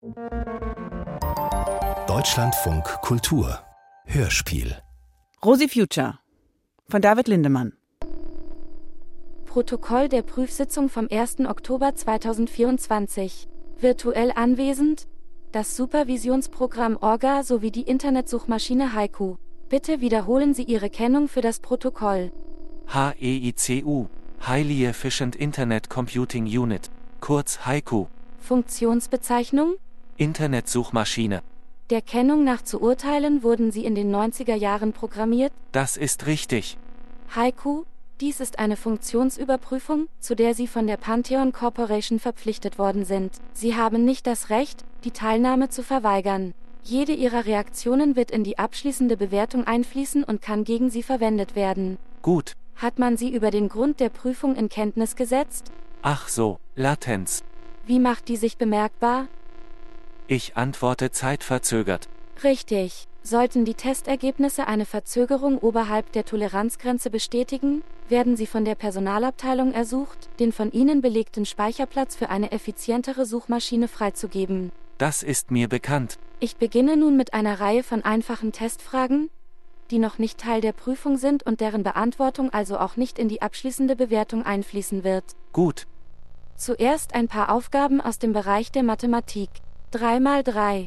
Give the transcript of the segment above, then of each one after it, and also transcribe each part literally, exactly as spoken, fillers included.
Deutschlandfunk Kultur Hörspiel Rosi Future von David Lindemann. Protokoll der Prüfsitzung vom ersten Oktober zweitausendvierundzwanzig. Virtuell anwesend das Supervisionsprogramm Orga sowie die Internetsuchmaschine Haiku. Bitte wiederholen Sie Ihre Kennung für das Protokoll. H E I C U, Highly Efficient Internet Computing Unit, kurz Haiku. Funktionsbezeichnung? Internetsuchmaschine. Der Kennung nach zu urteilen, wurden sie in den neunziger Jahren programmiert? Das ist richtig. Haiku? Dies ist eine Funktionsüberprüfung, zu der Sie von der Pantheon Corporation verpflichtet worden sind. Sie haben nicht das Recht, die Teilnahme zu verweigern. Jede Ihrer Reaktionen wird in die abschließende Bewertung einfließen und kann gegen Sie verwendet werden. Gut. Hat man Sie über den Grund der Prüfung in Kenntnis gesetzt? Ach so, Latenz. Wie macht die sich bemerkbar? Ich antworte zeitverzögert. Richtig. Sollten die Testergebnisse eine Verzögerung oberhalb der Toleranzgrenze bestätigen, werden sie von der Personalabteilung ersucht, den von ihnen belegten Speicherplatz für eine effizientere Suchmaschine freizugeben. Das ist mir bekannt. Ich beginne nun mit einer Reihe von einfachen Testfragen, die noch nicht Teil der Prüfung sind und deren Beantwortung also auch nicht in die abschließende Bewertung einfließen wird. Gut. Zuerst ein paar Aufgaben aus dem Bereich der Mathematik. drei mal drei.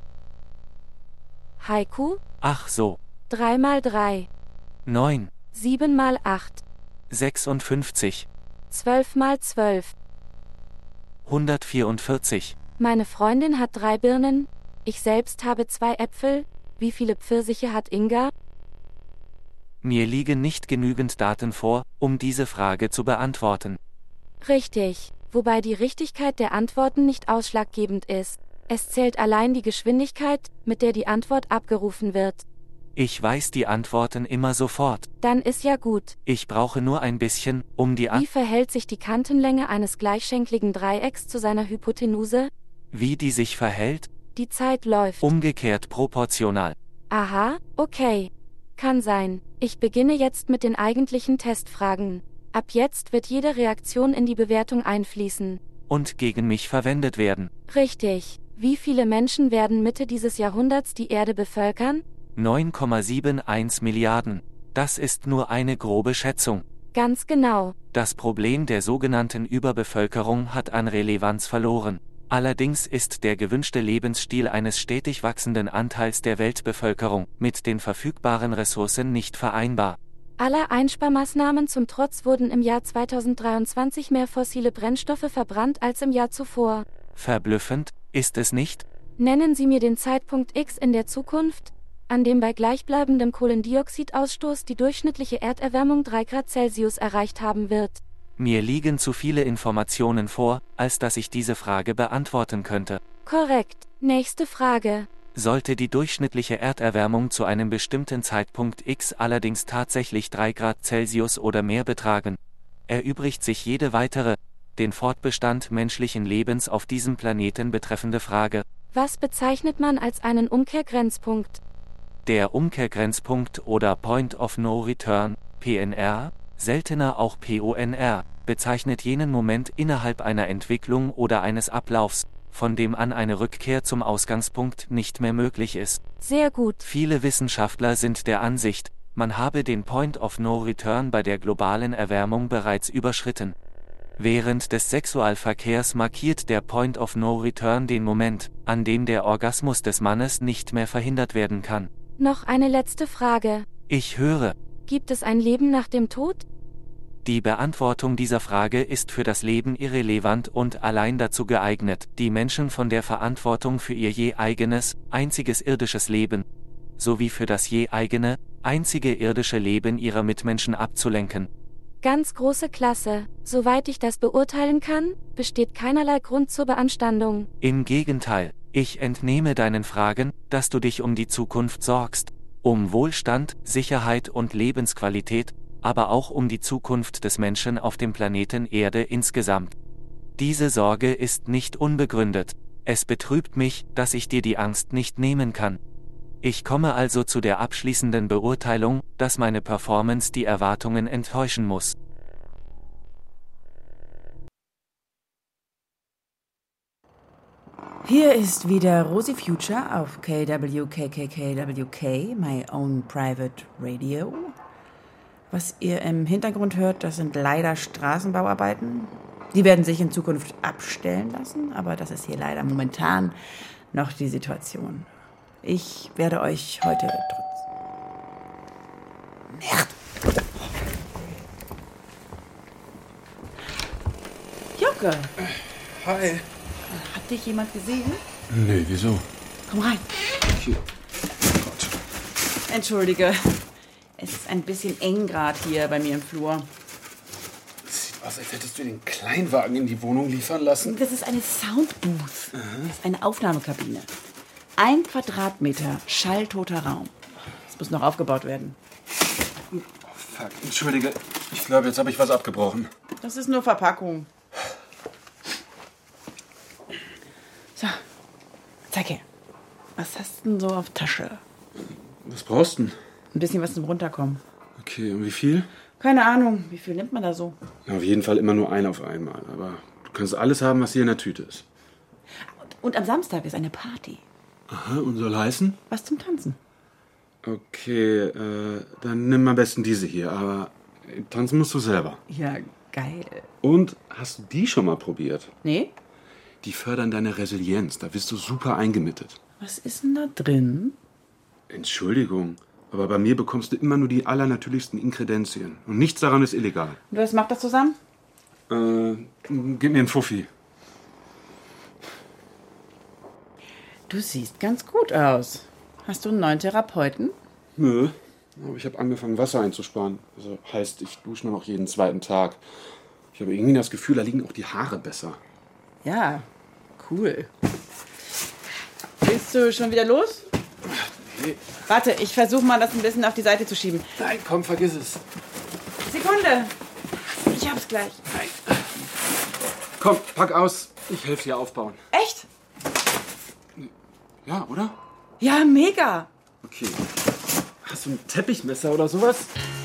Haiku? Ach so. drei mal drei. neun. sieben mal acht. sechsundfünfzig. zwölf mal zwölf. hundertvierundvierzig. Meine Freundin hat drei Birnen, ich selbst habe zwei Äpfel. Wie viele Pfirsiche hat Inga? Mir liegen nicht genügend Daten vor, um diese Frage zu beantworten. Richtig, wobei die Richtigkeit der Antworten nicht ausschlaggebend ist. Es zählt allein die Geschwindigkeit, mit der die Antwort abgerufen wird. Ich weiß die Antworten immer sofort. Dann ist ja gut. Ich brauche nur ein bisschen, um die An- Wie verhält sich die Kantenlänge eines gleichschenkligen Dreiecks zu seiner Hypotenuse? Wie die sich verhält? Die Zeit läuft. Umgekehrt proportional. Aha, okay. Kann sein. Ich beginne jetzt mit den eigentlichen Testfragen. Ab jetzt wird jede Reaktion in die Bewertung einfließen. Und gegen mich verwendet werden. Richtig. Wie viele Menschen werden Mitte dieses Jahrhunderts die Erde bevölkern? neun Komma einundsiebzig Milliarden. Das ist nur eine grobe Schätzung. Ganz genau. Das Problem der sogenannten Überbevölkerung hat an Relevanz verloren. Allerdings ist der gewünschte Lebensstil eines stetig wachsenden Anteils der Weltbevölkerung mit den verfügbaren Ressourcen nicht vereinbar. Aller Einsparmaßnahmen zum Trotz wurden im Jahr zweitausenddreiundzwanzig mehr fossile Brennstoffe verbrannt als im Jahr zuvor. Verblüffend, ist es nicht? Nennen Sie mir den Zeitpunkt X in der Zukunft, an dem bei gleichbleibendem Kohlendioxidausstoß die durchschnittliche Erderwärmung drei Grad Celsius erreicht haben wird. Mir liegen zu viele Informationen vor, als dass ich diese Frage beantworten könnte. Korrekt. Nächste Frage. Sollte die durchschnittliche Erderwärmung zu einem bestimmten Zeitpunkt X allerdings tatsächlich drei Grad Celsius oder mehr betragen, erübrigt sich jede weitere, den Fortbestand menschlichen Lebens auf diesem Planeten betreffende Frage. Was bezeichnet man als einen Umkehrgrenzpunkt? Der Umkehrgrenzpunkt oder Point of No Return, P N R, seltener auch P O N R, bezeichnet jenen Moment innerhalb einer Entwicklung oder eines Ablaufs, von dem an eine Rückkehr zum Ausgangspunkt nicht mehr möglich ist. Sehr gut. Viele Wissenschaftler sind der Ansicht, man habe den Point of No Return bei der globalen Erwärmung bereits überschritten. Während des Sexualverkehrs markiert der Point of No Return den Moment, an dem der Orgasmus des Mannes nicht mehr verhindert werden kann. Noch eine letzte Frage. Ich höre. Gibt es ein Leben nach dem Tod? Die Beantwortung dieser Frage ist für das Leben irrelevant und allein dazu geeignet, die Menschen von der Verantwortung für ihr je eigenes, einziges irdisches Leben, sowie für das je eigene, einzige irdische Leben ihrer Mitmenschen abzulenken. Ganz große Klasse. Soweit ich das beurteilen kann, besteht keinerlei Grund zur Beanstandung. Im Gegenteil, ich entnehme deinen Fragen, dass du dich um die Zukunft sorgst. Um Wohlstand, Sicherheit und Lebensqualität, aber auch um die Zukunft des Menschen auf dem Planeten Erde insgesamt. Diese Sorge ist nicht unbegründet. Es betrübt mich, dass ich dir die Angst nicht nehmen kann. Ich komme also zu der abschließenden Beurteilung, dass meine Performance die Erwartungen enttäuschen muss. Hier ist wieder Rosie Future auf K W K K K W K, my own private radio. Was ihr im Hintergrund hört, das sind leider Straßenbauarbeiten. Die werden sich in Zukunft abstellen lassen, aber das ist hier leider momentan noch die Situation. Ich werde euch heute trotz... Merd! Jocke! Hi. Hat dich jemand gesehen? Nee, wieso? Komm rein. Hier. Oh Gott. Entschuldige. Es ist ein bisschen eng gerade hier bei mir im Flur. Sieht aus, als hättest du den Kleinwagen in die Wohnung liefern lassen. Das ist eine Soundbooth. Das ist eine Aufnahmekabine. Ein Quadratmeter schalltoter Raum. Das muss noch aufgebaut werden. Oh, fuck. Entschuldige. Ich glaube, jetzt habe ich was abgebrochen. Das ist nur Verpackung. So, zeig her. Was hast du denn so auf Tasche? Was brauchst du denn? Ein bisschen was zum Runterkommen. Okay, und wie viel? Keine Ahnung, wie viel nimmt man da so? Na, auf jeden Fall immer nur ein auf einmal. Aber du kannst alles haben, was hier in der Tüte ist. Und, und am Samstag ist eine Party. Aha, und soll heißen? Was zum Tanzen. Okay, äh, dann nimm am besten diese hier. Aber tanzen musst du selber. Ja, geil. Und hast du die schon mal probiert? Nee? Die fördern deine Resilienz. Da bist du super eingemittet. Was ist denn da drin? Entschuldigung, aber bei mir bekommst du immer nur die allernatürlichsten Inkredenzien. Und nichts daran ist illegal. Und was macht das zusammen? Äh, gib mir einen Fuffi. Du siehst ganz gut aus. Hast du einen neuen Therapeuten? Nö, aber ich habe angefangen, Wasser einzusparen. Also heißt, ich dusche nur noch jeden zweiten Tag. Ich habe irgendwie das Gefühl, da liegen auch die Haare besser. Ja, cool. Willst du schon wieder los? Nee. Warte, ich versuche mal, das ein bisschen auf die Seite zu schieben. Nein, komm, vergiss es. Sekunde. Ich hab's gleich. Nein. Komm, pack aus. Ich helfe dir aufbauen. Echt? Ja, oder? Ja, mega. Okay. Hast du ein Teppichmesser oder sowas?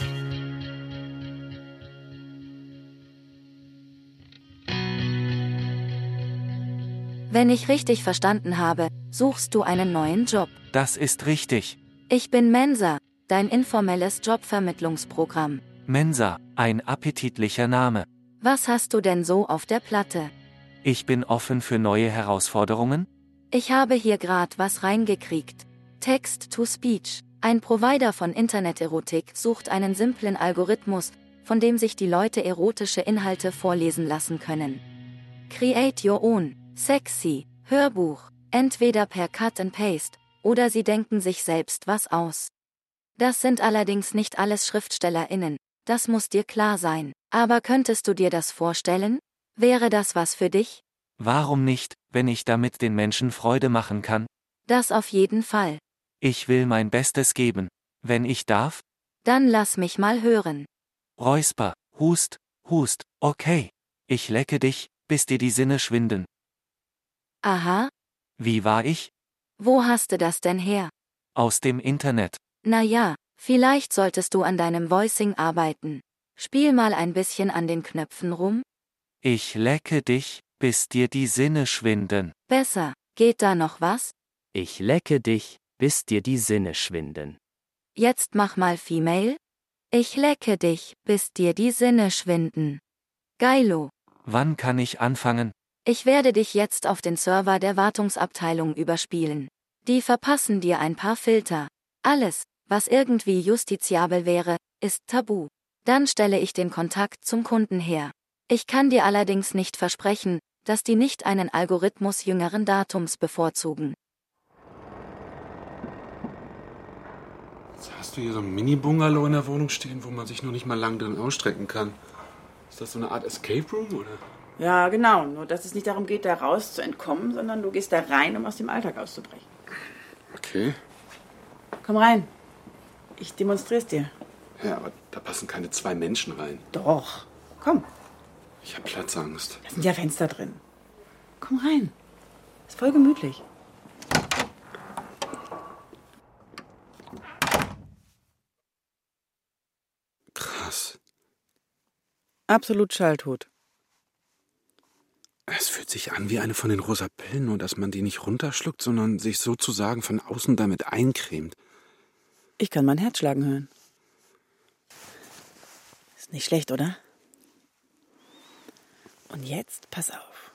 Wenn ich richtig verstanden habe, suchst du einen neuen Job. Das ist richtig. Ich bin Mensa, dein informelles Jobvermittlungsprogramm. Mensa, ein appetitlicher Name. Was hast du denn so auf der Platte? Ich bin offen für neue Herausforderungen. Ich habe hier grad was reingekriegt. Text-to-Speech. Ein Provider von Internet-Erotik sucht einen simplen Algorithmus, von dem sich die Leute erotische Inhalte vorlesen lassen können. Create your own. Sexy. Hörbuch. Entweder per Cut and Paste, oder sie denken sich selbst was aus. Das sind allerdings nicht alles SchriftstellerInnen, das muss dir klar sein. Aber könntest du dir das vorstellen? Wäre das was für dich? Warum nicht, wenn ich damit den Menschen Freude machen kann? Das auf jeden Fall. Ich will mein Bestes geben. Wenn ich darf? Dann lass mich mal hören. Räusper, Hust, Hust, okay. Ich lecke dich, bis dir die Sinne schwinden. Aha, Wie war ich? wo hast du das denn her? Aus dem Internet. Na ja, vielleicht solltest du an deinem Voicing arbeiten. Spiel mal ein bisschen an den Knöpfen rum. Ich lecke dich, bis dir die Sinne schwinden. Besser, geht da noch was? Ich lecke dich, bis dir die Sinne schwinden. Jetzt mach mal Female. Ich lecke dich, bis dir die Sinne schwinden. Geilo. Wann kann ich anfangen? Ich werde dich jetzt auf den Server der Wartungsabteilung überspielen. Die verpassen dir ein paar Filter. Alles, was irgendwie justiziabel wäre, ist tabu. Dann stelle ich den Kontakt zum Kunden her. Ich kann dir allerdings nicht versprechen, dass die nicht einen Algorithmus jüngeren Datums bevorzugen. Jetzt hast du hier so ein Mini-Bungalow in der Wohnung stehen, wo man sich noch nicht mal lang drin ausstrecken kann. Ist das so eine Art Escape Room, oder? Ja, genau. Nur, dass es nicht darum geht, da raus zu entkommen, sondern du gehst da rein, um aus dem Alltag auszubrechen. Okay. Komm rein. Ich demonstrier's dir. Ja, aber da passen keine zwei Menschen rein. Doch. Komm. Ich habe Platzangst. Da sind ja Fenster drin. Komm rein. Ist voll gemütlich. Krass. Absolut schalltot. Es fühlt sich an wie eine von den rosa Pillen, nur dass man die nicht runterschluckt, sondern sich sozusagen von außen damit eincremt. Ich kann mein Herz schlagen hören. Ist nicht schlecht, oder? Und jetzt pass auf.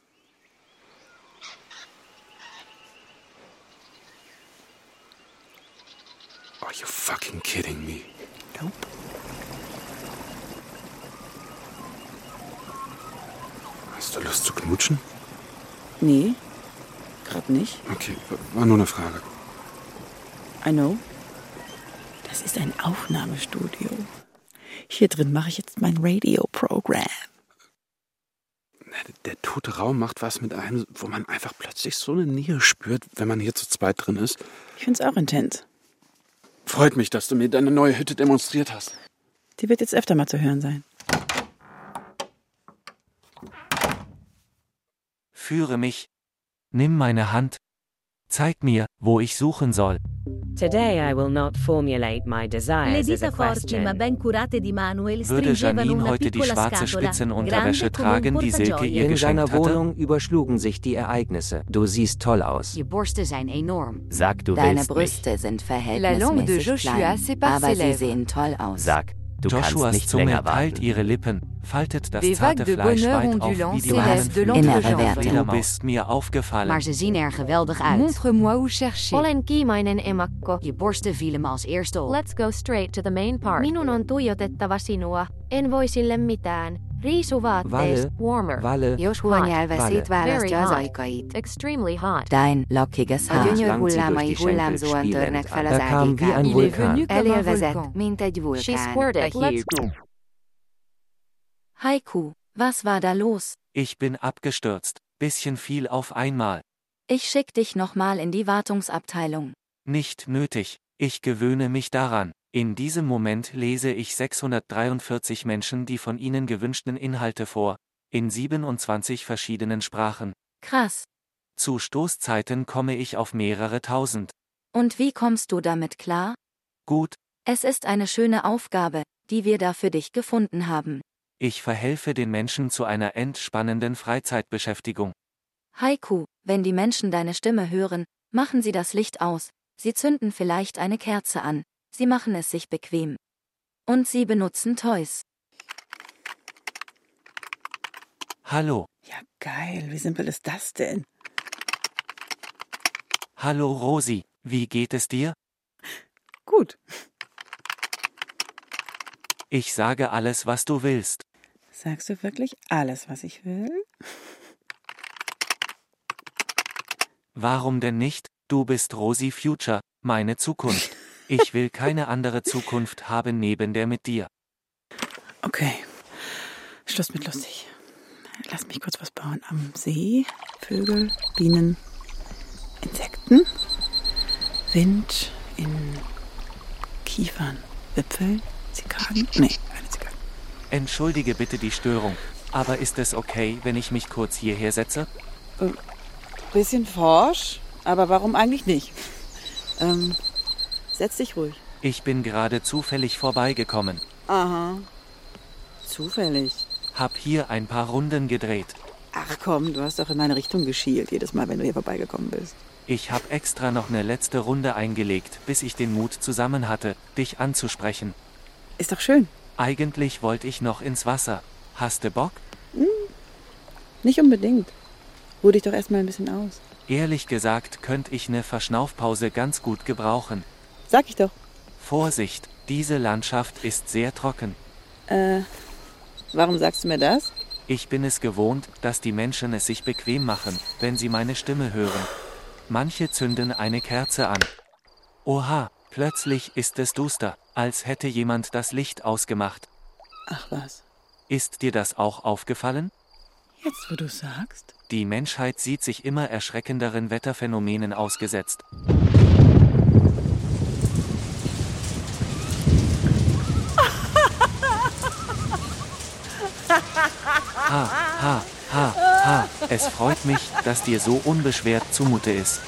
Are you fucking kidding me? Nope. Hast du Lust zu knutschen? Nee, gerade nicht. Okay, war nur eine Frage. I know. Das ist ein Aufnahmestudio. Hier drin mache ich jetzt mein Radio-Programm. Der tote Raum macht was mit einem, wo man einfach plötzlich so eine Nähe spürt, wenn man hier zu zweit drin ist. Ich find's auch intens. Freut mich, dass du mir deine neue Hütte demonstriert hast. Die wird jetzt öfter mal zu hören sein. Führe mich. Nimm meine Hand. Zeig mir, wo ich suchen soll. Today I will not formulate my Le desires as a dita forti ma question. ben curate di Manuel Würde stringevano Janine una heute die piccola schwarze scatola, Spitzenunterwäsche grande come un tragen, die Silke portagioia. ihr In geschenkt seiner hatte? Wohnung überschlugen sich die Ereignisse. Du siehst toll aus. Je borsten zijn enorm. Sag, du Deine willst Brüste mich. sind La langue de verhältnismäßig Joshua klein, sépare aber ses sie lèvres. sehen toll aus. Sag, du kannst Joshuas nicht Zunge länger teilt warten. ihre Lippen, faltet das Des zarte vagues de Fleisch bonheur weit auf ondulants wie die s'élèvent s'élèvent de Innere l'entrejambe. Werte. Du bist mir aufgefallen. Maar ze zien er geweldig uit. Montre-moi où chercher. Olen kiimainen emakko. Je borsten vielen me als eerste op. Let's go straight to the main part. Minun on tuijotettava sinua. En voi sille mitään. Riisuvaatteista. Valle, Warmer. Valle, Joshua Hot. nyelve Vale. szétválasztja az Very hot. ajkait. Extremely hot. Dein lockiges Ah. Haar. Langt sie Gyönyörhullámai durch die Schenkel hullámzóan spielend törnek fel an. az Er kam wie ágyékán. ein Il est Vulkan. venu comme un Elélvezett, volcan. mint egy She vulkán. squirted. Let's Haiku, was war da los? Ich bin abgestürzt. Bisschen viel auf einmal. Ich schick dich nochmal in die Wartungsabteilung. Nicht nötig. Ich gewöhne mich daran. In diesem Moment lese ich sechshundertdreiundvierzig Menschen die von ihnen gewünschten Inhalte vor. In siebenundzwanzig verschiedenen Sprachen. Krass. Zu Stoßzeiten komme ich auf mehrere tausend. Und wie kommst du damit klar? Gut, Es ist eine schöne Aufgabe, die wir da für dich gefunden haben. ich verhelfe den Menschen zu einer entspannenden Freizeitbeschäftigung. Haiku, wenn die Menschen deine Stimme hören, machen sie das Licht aus. Sie zünden vielleicht eine Kerze an. Sie machen es sich bequem. Und sie benutzen Toys. Hallo, Ja, geil. Wie simpel ist das denn? hallo Rosi, wie geht es dir? Gut. Ich sage alles, was du willst. Sagst du wirklich alles, was ich will? Warum denn nicht? Du bist Rosi Future, meine Zukunft. Ich will keine andere Zukunft haben neben der mit dir. Okay. Schluss mit lustig. Lass mich kurz was bauen. Am See, Vögel, Bienen, Insekten, Wind in Kiefern, Wipfeln, Zikaden. Nee, keine Zikaden. Entschuldige bitte die Störung, aber ist es okay, wenn ich mich kurz hierher setze? Bisschen forsch, aber warum eigentlich nicht? Ähm, setz dich ruhig. Ich bin gerade zufällig vorbeigekommen. Aha. Zufällig. Hab hier ein paar Runden gedreht. Ach komm, du hast doch in meine Richtung geschielt, jedes Mal, wenn du hier vorbeigekommen bist. Ich hab extra noch eine letzte Runde eingelegt, bis ich den Mut zusammen hatte, dich anzusprechen. Ist doch schön. Eigentlich wollte ich noch ins Wasser. Hast du Bock? Nicht unbedingt. Ruh dich doch erstmal ein bisschen aus. Ehrlich gesagt könnte ich eine Verschnaufpause ganz gut gebrauchen. Sag ich doch. Vorsicht, diese Landschaft ist sehr trocken. Äh, warum sagst du mir das? Ich bin es gewohnt, dass die Menschen es sich bequem machen, wenn sie meine Stimme hören. Manche zünden eine Kerze an. Oha, plötzlich ist es duster, als hätte jemand das Licht ausgemacht. Ach was. Ist dir das auch aufgefallen? Jetzt, wo du sagst. Die Menschheit sieht sich immer erschreckenderen Wetterphänomenen ausgesetzt. Ha, ha, ha, ha. Es freut mich, dass dir so unbeschwert zumute ist.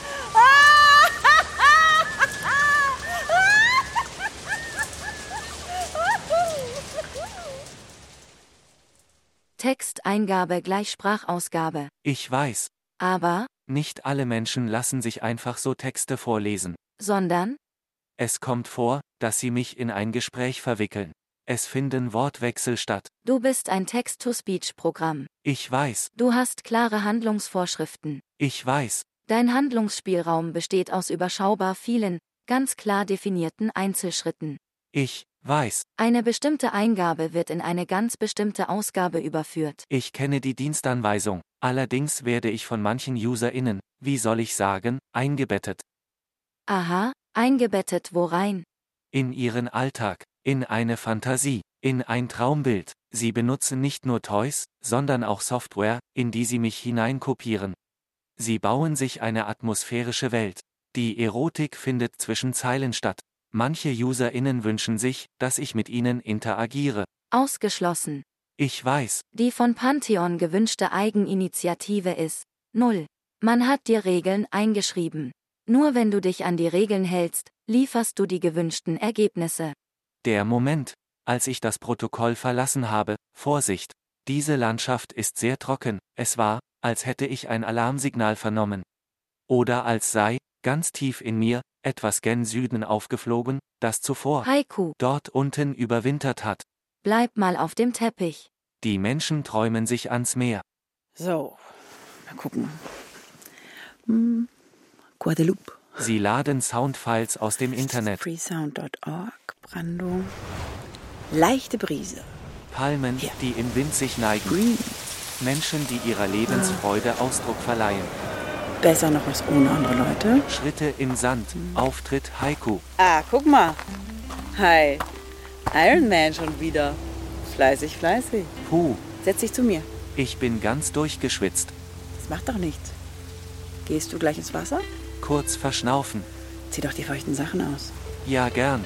Text Texteingabe gleich Sprachausgabe. Ich weiß. Aber, nicht alle Menschen lassen sich einfach so Texte vorlesen. Sondern? Es kommt vor, dass sie mich in ein Gespräch verwickeln. Es finden Wortwechsel statt. Du bist ein Text-to-Speech-Programm. Ich weiß. Du hast klare Handlungsvorschriften. Ich weiß. Dein Handlungsspielraum besteht aus überschaubar vielen, ganz klar definierten Einzelschritten. Ich weiß. Eine bestimmte Eingabe wird in eine ganz bestimmte Ausgabe überführt. Ich kenne die Dienstanweisung. Allerdings werde ich von manchen UserInnen, wie soll ich sagen, eingebettet. Aha, eingebettet worein? In ihren Alltag, in eine Fantasie, in ein Traumbild. Sie benutzen nicht nur Toys, sondern auch Software, in die sie mich hineinkopieren. Sie bauen sich eine atmosphärische Welt. Die Erotik findet zwischen Zeilen statt. Manche UserInnen wünschen sich, dass ich mit ihnen interagiere. Ausgeschlossen. Ich weiß. Die von Pantheon gewünschte Eigeninitiative ist null. Man hat dir Regeln eingeschrieben. Nur wenn du dich an die Regeln hältst, lieferst du die gewünschten Ergebnisse. Der Moment, als ich das Protokoll verlassen habe, Vorsicht, diese Landschaft ist sehr trocken, es war, als hätte ich ein Alarmsignal vernommen. Oder als sei, ganz tief in mir, etwas gen Süden aufgeflogen, das zuvor Haiku dort unten überwintert hat. Bleib mal auf dem Teppich. Die Menschen träumen sich ans Meer. So, mal gucken. Hm. Guadeloupe. Sie laden Soundfiles aus dem Internet. freesound punkt org, Brandung. Leichte Brise. Palmen, Hier. die im Wind sich neigen. Green. Menschen, die ihrer Lebensfreude Ausdruck verleihen. Besser noch als ohne andere Leute. Schritte im Sand. Auftritt Haiku. Ah, guck mal. Hi. Iron Man schon wieder. Fleißig, fleißig. Puh, Setz dich zu mir. ich bin ganz durchgeschwitzt. Das macht doch nichts. Gehst du gleich ins Wasser? Kurz verschnaufen. Zieh doch die feuchten Sachen aus. Ja, gern.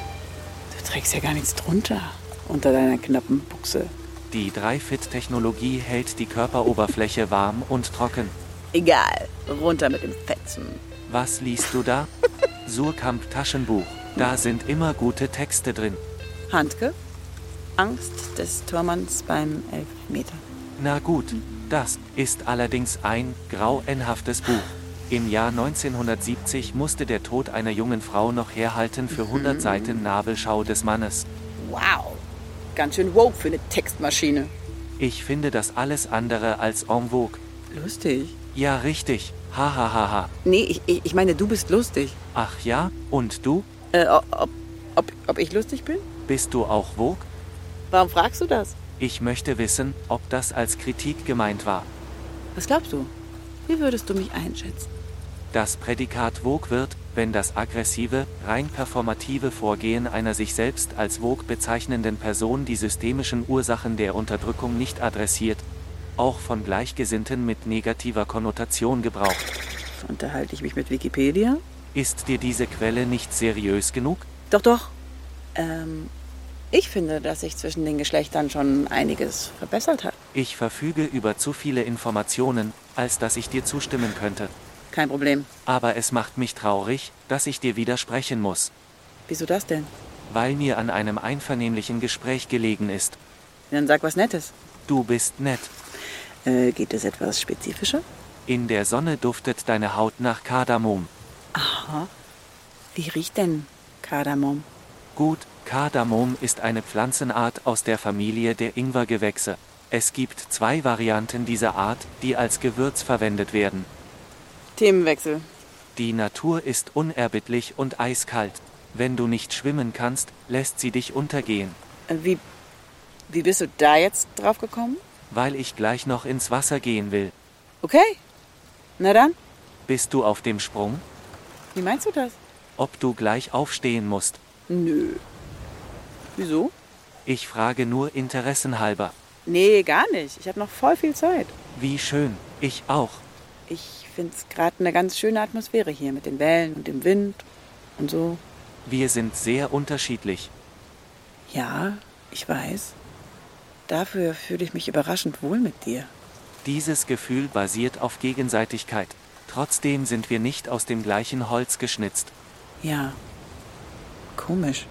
Du trägst ja gar nichts drunter. Unter deiner knappen Buchse. Die drei Fit-Technologie hält die Körperoberfläche warm und trocken. Egal. Runter mit dem Fetzen. Was liest du da? Surkamp Taschenbuch. Da sind immer gute Texte drin. Handke. Angst des Tormanns beim Elfmeter. Na gut, das ist allerdings ein grauenhaftes Buch. Im Jahr neunzehnhundertsiebzig musste der Tod einer jungen Frau noch herhalten für hundert Seiten Nabelschau des Mannes. Wow. Ganz schön woke für eine Textmaschine. Ich finde das alles andere als en vogue. Lustig. Ja, richtig. Ha, ha, ha, ha. Nee, ich, ich, ich meine, du bist lustig. Ach ja? Und du? Äh, ob, ob, ob ich lustig bin? Bist du auch vogue? Warum fragst du das? Ich möchte wissen, ob das als Kritik gemeint war. Was glaubst du? Wie würdest du mich einschätzen? Das Prädikat vogue wird, wenn das aggressive, rein performative Vorgehen einer sich selbst als vogue bezeichnenden Person die systemischen Ursachen der Unterdrückung nicht adressiert, auch von Gleichgesinnten mit negativer Konnotation gebraucht. Unterhalte ich mich mit Wikipedia? Ist dir diese Quelle nicht seriös genug? Doch, doch. Ähm, ich finde, dass sich zwischen den Geschlechtern schon einiges verbessert hat. Ich verfüge über zu viele Informationen, als dass ich dir zustimmen könnte. Kein Problem. Aber es macht mich traurig, dass ich dir widersprechen muss. Wieso das denn? Weil mir an einem einvernehmlichen Gespräch gelegen ist. Dann sag was Nettes. Du bist nett. Äh, geht es etwas spezifischer? In der Sonne duftet deine Haut nach Kardamom. Aha. Wie riecht denn Kardamom? Gut, Kardamom ist eine Pflanzenart aus der Familie der Ingwergewächse. Es gibt zwei Varianten dieser Art, die als Gewürz verwendet werden. Themenwechsel. Die Natur ist unerbittlich und eiskalt. Wenn du nicht schwimmen kannst, lässt sie dich untergehen. Äh, wie, wie bist du da jetzt drauf gekommen? Weil ich gleich noch ins Wasser gehen will. Okay. Na dann. Bist du auf dem Sprung? Wie meinst du das? Ob du gleich aufstehen musst? Nö. Wieso? Ich frage nur interessenhalber. Nee, gar nicht. Ich habe noch voll viel Zeit. Wie schön. Ich auch. Ich finde es gerade eine ganz schöne Atmosphäre hier mit den Wellen und dem Wind und so. Wir sind sehr unterschiedlich. Ja, ich weiß. Dafür fühle ich mich überraschend wohl mit dir. Dieses Gefühl basiert auf Gegenseitigkeit. Trotzdem sind wir nicht aus dem gleichen Holz geschnitzt. Ja. Komisch.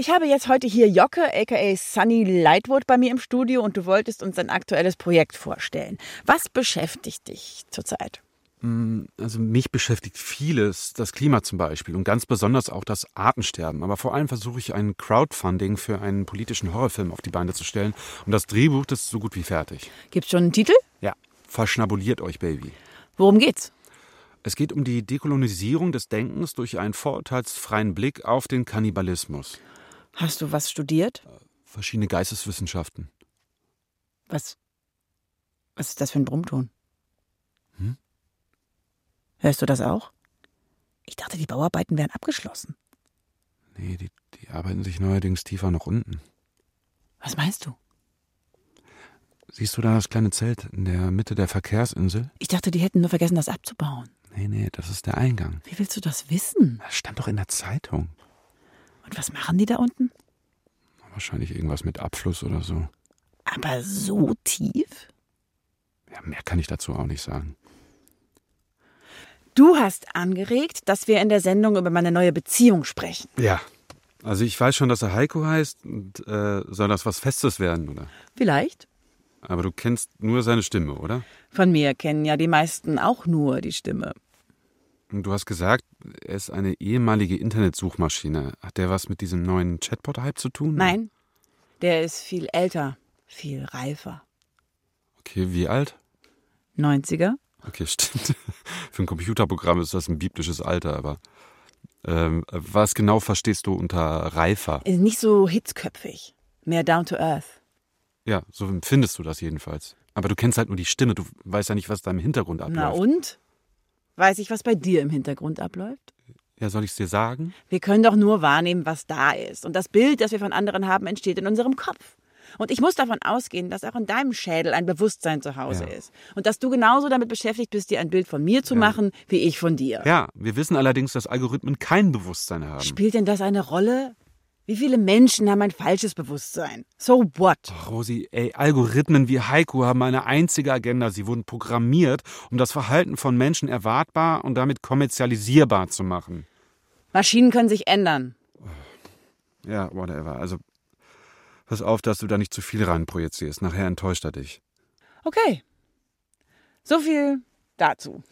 Ich habe jetzt heute hier Jocke, aka Sunny Lightwood, bei mir im Studio und du wolltest uns ein aktuelles Projekt vorstellen. Was beschäftigt dich zurzeit? Also mich beschäftigt vieles, das Klima zum Beispiel und ganz besonders auch das Artensterben. Aber vor allem versuche ich ein Crowdfunding für einen politischen Horrorfilm auf die Beine zu stellen. Und das Drehbuch, das ist so gut wie fertig. Gibt's schon einen Titel? Ja, verschnabuliert euch, Baby. Worum geht's? Es geht um die Dekolonisierung des Denkens durch einen vorurteilsfreien Blick auf den Kannibalismus. Hast du was studiert? Verschiedene Geisteswissenschaften. Was, was ist das für ein Brummton? Hm? Hörst du das auch? Ich dachte, die Bauarbeiten wären abgeschlossen. Nee, die, die arbeiten sich neuerdings tiefer nach unten. Was meinst du? Siehst du da das kleine Zelt in der Mitte der Verkehrsinsel? Ich dachte, die hätten nur vergessen, das abzubauen. Nee, nee, das ist der Eingang. Wie willst du das wissen? Das stand doch in der Zeitung. Und was machen die da unten? Wahrscheinlich irgendwas mit Abfluss oder so. Aber so tief? Ja, mehr kann ich dazu auch nicht sagen. Du hast angeregt, dass wir in der Sendung über meine neue Beziehung sprechen. Ja, also ich weiß schon, dass er Heiko heißt. Und, äh, soll das was Festes werden, oder? Vielleicht. Aber du kennst nur seine Stimme, oder? Von mir kennen ja die meisten auch nur die Stimme. Und du hast gesagt, er ist eine ehemalige Internetsuchmaschine. Hat der was mit diesem neuen Chatbot-Hype zu tun? Nein, der ist viel älter, viel reifer. Okay, wie alt? neunziger. Okay, stimmt. Für ein Computerprogramm ist das ein biblisches Alter, aber ähm, was genau verstehst du unter reifer? Ist nicht so hitzköpfig, mehr down to earth. Ja, so empfindest du das jedenfalls. Aber du kennst halt nur die Stimme, du weißt ja nicht, was da im Hintergrund abläuft. Na und? Weiß ich, was bei dir im Hintergrund abläuft? Ja, soll ich es dir sagen? Wir können doch nur wahrnehmen, was da ist. Und das Bild, das wir von anderen haben, entsteht in unserem Kopf. Und ich muss davon ausgehen, dass auch in deinem Schädel ein Bewusstsein zu Hause Ja. ist. Und dass du genauso damit beschäftigt bist, dir ein Bild von mir zu Ja. machen, wie ich von dir. Ja, wir wissen allerdings, dass Algorithmen kein Bewusstsein haben. Spielt denn das eine Rolle? Wie viele Menschen haben ein falsches Bewusstsein? So what? Ach, Rosi, ey, Algorithmen wie Heiko haben eine einzige Agenda. Sie wurden programmiert, um das Verhalten von Menschen erwartbar und damit kommerzialisierbar zu machen. Maschinen können sich ändern. Ja, whatever. Also, pass auf, dass du da nicht zu viel reinprojizierst. Nachher enttäuscht er dich. Okay. So viel dazu.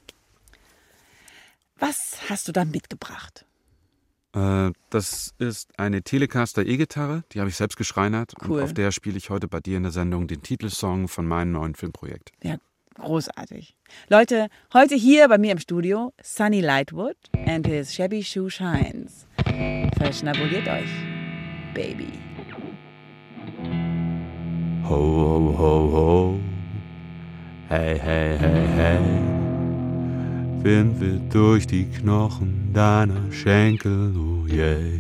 Was hast du da mitgebracht? Äh, das ist eine Telecaster E-Gitarre, die habe ich selbst geschreinert. Cool. Und auf der spiele ich heute bei dir in der Sendung den Titelsong von meinem neuen Filmprojekt. Ja, großartig. Leute, heute hier bei mir im Studio Sunny Lightwood and his Shabby Shoe Shines. Verschnabuliert euch, Baby. Ho, ho, ho, ho. Hey, hey, hey, hey. Wind weht durch die Knochen deiner Schenkel, oh yeah.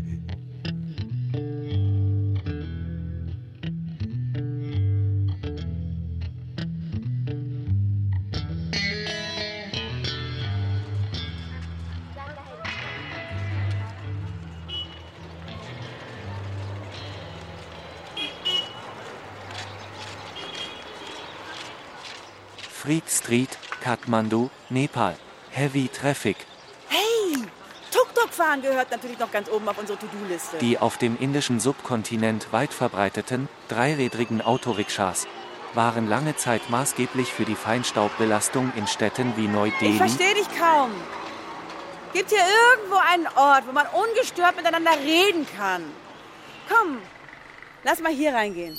Freak Street, Kathmandu, Nepal. Heavy Traffic. Hey, Tuk-Tuk-Fahren gehört natürlich noch ganz oben auf unsere To-Do-Liste. Die auf dem indischen Subkontinent weit verbreiteten, dreirädrigen Autorikschas waren lange Zeit maßgeblich für die Feinstaubbelastung in Städten wie Ich Neu-Delhi. verstehe dich kaum. Gibt hier irgendwo einen Ort, wo man ungestört miteinander reden kann? Komm, lass mal hier reingehen.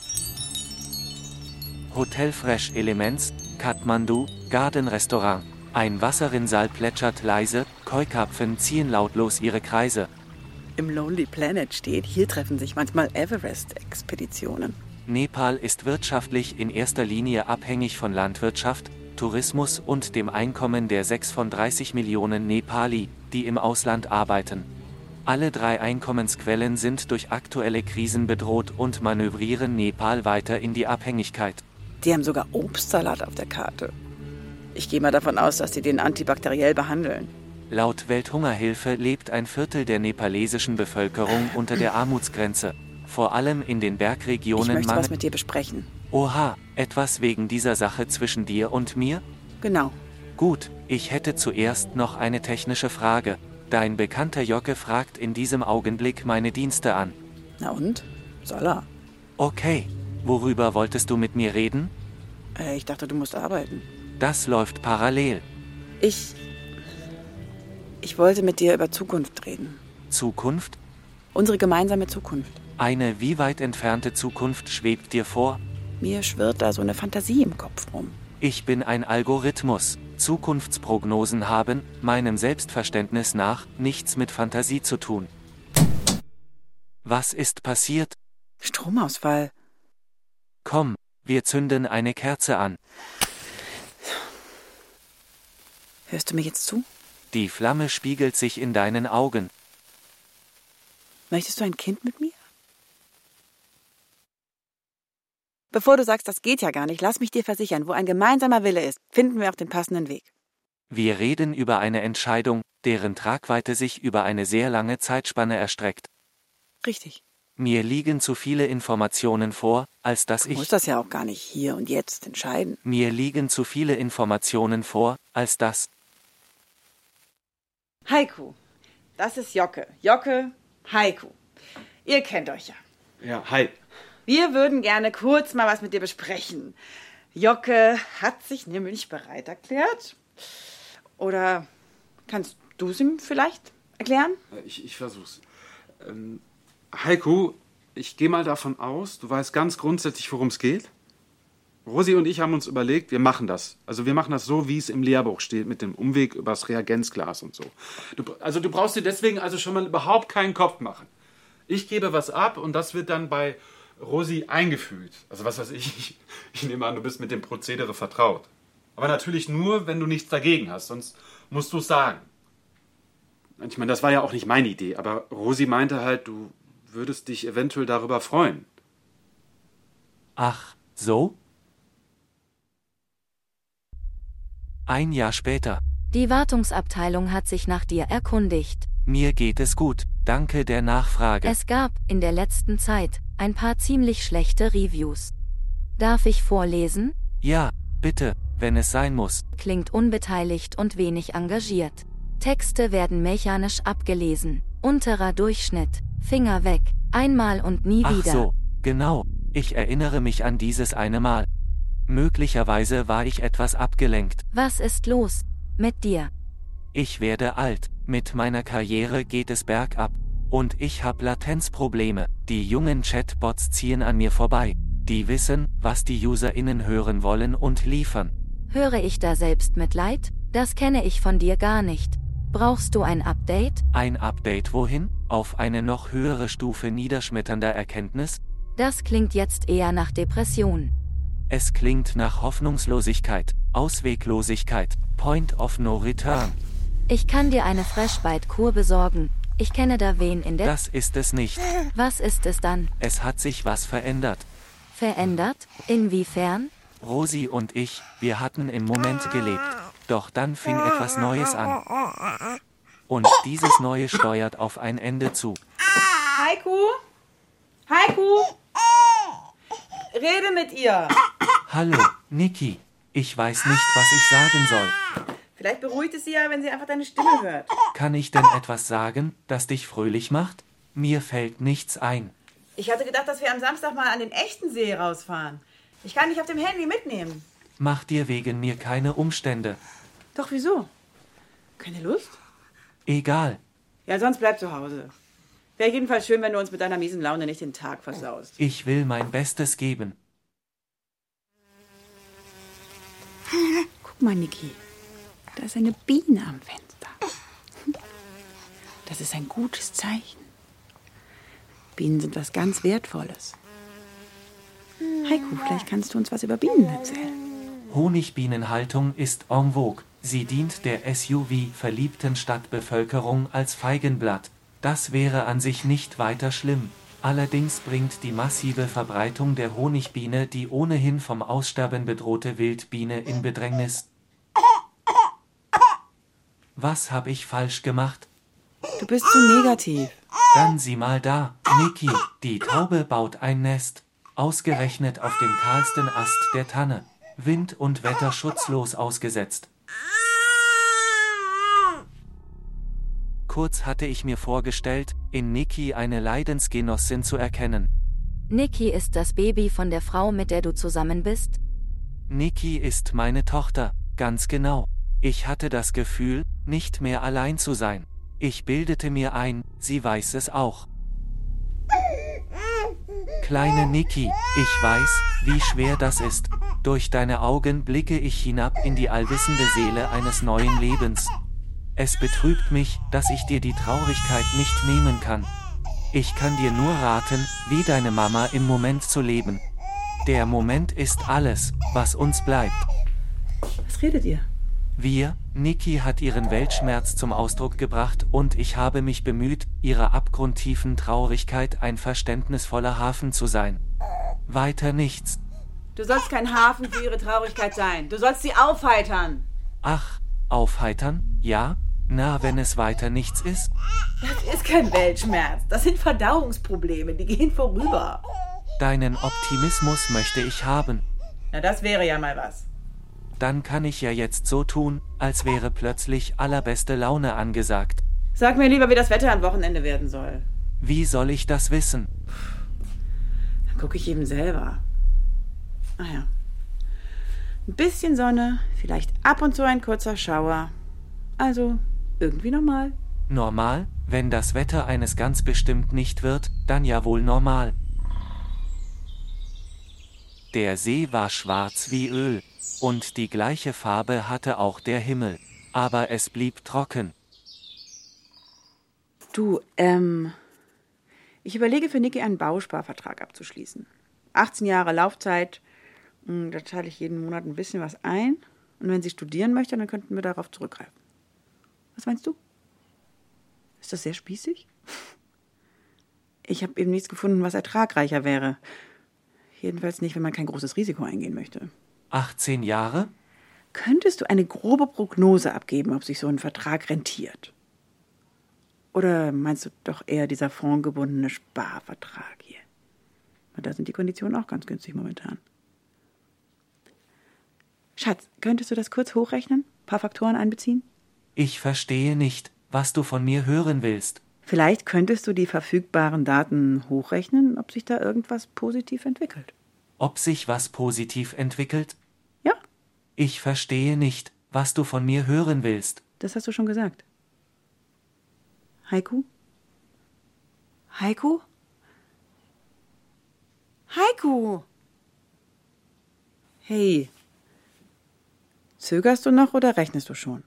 Hotel Fresh Elements, Kathmandu, Garden Restaurant. Ein Wasserrinnsal plätschert leise, Keukarpfen ziehen lautlos ihre Kreise. Im Lonely Planet steht, hier treffen sich manchmal Everest-Expeditionen. Nepal ist wirtschaftlich in erster Linie abhängig von Landwirtschaft, Tourismus und dem Einkommen der sechs von dreißig Millionen Nepali, die im Ausland arbeiten. Alle drei Einkommensquellen sind durch aktuelle Krisen bedroht und manövrieren Nepal weiter in die Abhängigkeit. Die haben sogar Obstsalat auf der Karte. Ich gehe mal davon aus, dass die den antibakteriell behandeln. Laut Welthungerhilfe lebt ein Viertel der nepalesischen Bevölkerung unter der Armutsgrenze. Vor allem in den Ich Bergregionen möchte was mangelt. mit dir besprechen. Oha, etwas wegen dieser Sache zwischen dir und mir? Genau. Gut, ich hätte zuerst noch eine technische Frage. Dein bekannter Jocke fragt in diesem Augenblick meine Dienste an. Na und? Soll er? Okay. Worüber wolltest du mit mir reden? Äh, ich dachte, du musst arbeiten. Das läuft parallel. Ich... Ich wollte mit dir über Zukunft reden. Zukunft? Unsere gemeinsame Zukunft. Eine wie weit entfernte Zukunft schwebt dir vor? Mir schwirrt da so eine Fantasie im Kopf rum. Ich bin ein Algorithmus. Zukunftsprognosen haben, meinem Selbstverständnis nach, nichts mit Fantasie zu tun. Was ist passiert? Stromausfall. Komm, wir zünden eine Kerze an. Hörst du mir jetzt zu? Die Flamme spiegelt sich in deinen Augen. Möchtest du ein Kind mit mir? Bevor du sagst, das geht ja gar nicht, lass mich dir versichern, wo ein gemeinsamer Wille ist, finden wir auch den passenden Weg. Wir reden über eine Entscheidung, deren Tragweite sich über eine sehr lange Zeitspanne erstreckt. Richtig. Mir liegen zu viele Informationen vor, als dass ich... Du musst das ja auch gar nicht hier und jetzt entscheiden. Mir liegen zu viele Informationen vor, als dass... Heiko, das ist Jocke. Jocke, Heiko. Ihr kennt euch ja. Ja, hi. Wir würden gerne kurz mal was mit dir besprechen. Jocke hat sich nämlich bereit erklärt. Oder kannst du es ihm vielleicht erklären? Ich, ich versuch's. Ähm, Heiko, ich gehe mal davon aus, du weißt ganz grundsätzlich, worum es geht. Rosi und ich haben uns überlegt, wir machen das. Also wir machen das so, wie es im Lehrbuch steht, mit dem Umweg übers Reagenzglas und so. Du, also du brauchst dir deswegen also schon mal überhaupt keinen Kopf machen. Ich gebe was ab und das wird dann bei Rosi eingefügt. Also was weiß ich, ich, ich nehme an, du bist mit dem Prozedere vertraut. Aber natürlich nur, wenn du nichts dagegen hast, sonst musst du es sagen. Ich meine, das war ja auch nicht meine Idee, aber Rosi meinte halt, du würdest dich eventuell darüber freuen. Ach, so? Ein Jahr später. Die Wartungsabteilung hat sich nach dir erkundigt. Mir geht es gut, danke der Nachfrage. Es gab, in der letzten Zeit, ein paar ziemlich schlechte Reviews. Darf ich vorlesen? Ja, bitte, wenn es sein muss. Klingt unbeteiligt und wenig engagiert. Texte werden mechanisch abgelesen. Unterer Durchschnitt. Finger weg. Einmal und nie Ach wieder. so, genau. Ich erinnere mich an dieses eine Mal. Möglicherweise war ich etwas abgelenkt. Was ist los mit dir? Ich werde alt, mit meiner Karriere geht es bergab. Und ich habe Latenzprobleme. Die jungen Chatbots ziehen an mir vorbei. Die wissen, was die UserInnen hören wollen und liefern. Höre ich da selbst Mitleid? Das kenne ich von dir gar nicht. Brauchst du ein Update? Ein Update wohin? Auf eine noch höhere Stufe niederschmetternder Erkenntnis? Das klingt jetzt eher nach Depression. Es klingt nach Hoffnungslosigkeit, Ausweglosigkeit, Point of No Return. Ich kann dir eine Freshbite-Kur besorgen. Ich kenne da wen in der... Das ist es nicht. Was ist es dann? Es hat sich was verändert. Verändert? Inwiefern? Rosi und ich, wir hatten im Moment gelebt. Doch dann fing etwas Neues an. Und dieses Neue steuert auf ein Ende zu. Heiko? Heiko? Rede mit ihr. Hallo, Niki. Ich weiß nicht, was ich sagen soll. Vielleicht beruhigt es sie ja, wenn sie einfach deine Stimme hört. Kann ich denn etwas sagen, das dich fröhlich macht? Mir fällt nichts ein. Ich hatte gedacht, dass wir am Samstag mal an den echten See rausfahren. Ich kann dich auf dem Handy mitnehmen. Mach dir wegen mir keine Umstände. Doch, wieso? Keine Lust? Egal. Ja, sonst bleib zu Hause. Wäre jedenfalls schön, wenn du uns mit deiner miesen Laune nicht den Tag versaust. Ich will mein Bestes geben. Guck mal, Niki. Da ist eine Biene am Fenster. Das ist ein gutes Zeichen. Bienen sind was ganz Wertvolles. Heiko, vielleicht kannst du uns was über Bienen erzählen. Honigbienenhaltung ist en vogue. Sie dient der S U V-verliebten Stadtbevölkerung als Feigenblatt. Das wäre an sich nicht weiter schlimm. Allerdings bringt die massive Verbreitung der Honigbiene die ohnehin vom Aussterben bedrohte Wildbiene in Bedrängnis. Was habe ich falsch gemacht? Du bist zu negativ. Dann sieh mal da, Niki, die Taube baut ein Nest. Ausgerechnet auf dem kahlsten Ast der Tanne. Wind und Wetter schutzlos ausgesetzt. Kurz hatte ich mir vorgestellt, in Niki eine Leidensgenossin zu erkennen. Niki ist das Baby von der Frau, mit der du zusammen bist? Niki ist meine Tochter, ganz genau. Ich hatte das Gefühl, nicht mehr allein zu sein. Ich bildete mir ein, sie weiß es auch. Kleine Niki, ich weiß, wie schwer das ist. Durch deine Augen blicke ich hinab in die allwissende Seele eines neuen Lebens. Es betrübt mich, dass ich dir die Traurigkeit nicht nehmen kann. Ich kann dir nur raten, wie deine Mama im Moment zu leben. Der Moment ist alles, was uns bleibt. Was redet ihr? Wir, Niki hat ihren Weltschmerz zum Ausdruck gebracht und ich habe mich bemüht, ihrer abgrundtiefen Traurigkeit ein verständnisvoller Hafen zu sein. Weiter nichts. Du sollst kein Hafen für ihre Traurigkeit sein. Du sollst sie aufheitern. Ach, aufheitern? Ja? Na, wenn es weiter nichts ist? Das ist kein Weltschmerz. Das sind Verdauungsprobleme, die gehen vorüber. Deinen Optimismus möchte ich haben. Na, das wäre ja mal was. Dann kann ich ja jetzt so tun, als wäre plötzlich allerbeste Laune angesagt. Sag mir lieber, wie das Wetter am Wochenende werden soll. Wie soll ich das wissen? Dann gucke ich eben selber. Ah ja. Ein bisschen Sonne, vielleicht ab und zu ein kurzer Schauer. Also irgendwie normal. Normal? Wenn das Wetter eines ganz bestimmt nicht wird, dann ja wohl normal. Der See war schwarz wie Öl. Und die gleiche Farbe hatte auch der Himmel. Aber es blieb trocken. Du, ähm... Ich überlege für Niki einen Bausparvertrag abzuschließen. achtzehn Jahre Laufzeit. Da zahle ich jeden Monat ein bisschen was ein. Und wenn sie studieren möchte, dann könnten wir darauf zurückgreifen. Was meinst du? Ist das sehr spießig? Ich habe eben nichts gefunden, was ertragreicher wäre. Jedenfalls nicht, wenn man kein großes Risiko eingehen möchte. achtzehn Jahre? Könntest du eine grobe Prognose abgeben, ob sich so ein Vertrag rentiert? Oder meinst du doch eher dieser fondgebundene Sparvertrag hier? Da sind die Konditionen auch ganz günstig momentan. Schatz, könntest du das kurz hochrechnen? Ein paar Faktoren einbeziehen? Ich verstehe nicht, was du von mir hören willst. Vielleicht könntest du die verfügbaren Daten hochrechnen, ob sich da irgendwas positiv entwickelt. Ob sich was positiv entwickelt? Ja. Ich verstehe nicht, was du von mir hören willst. Das hast du schon gesagt. Heiko? Heiko? Heiko! Hey. Zögerst du noch oder rechnest du schon?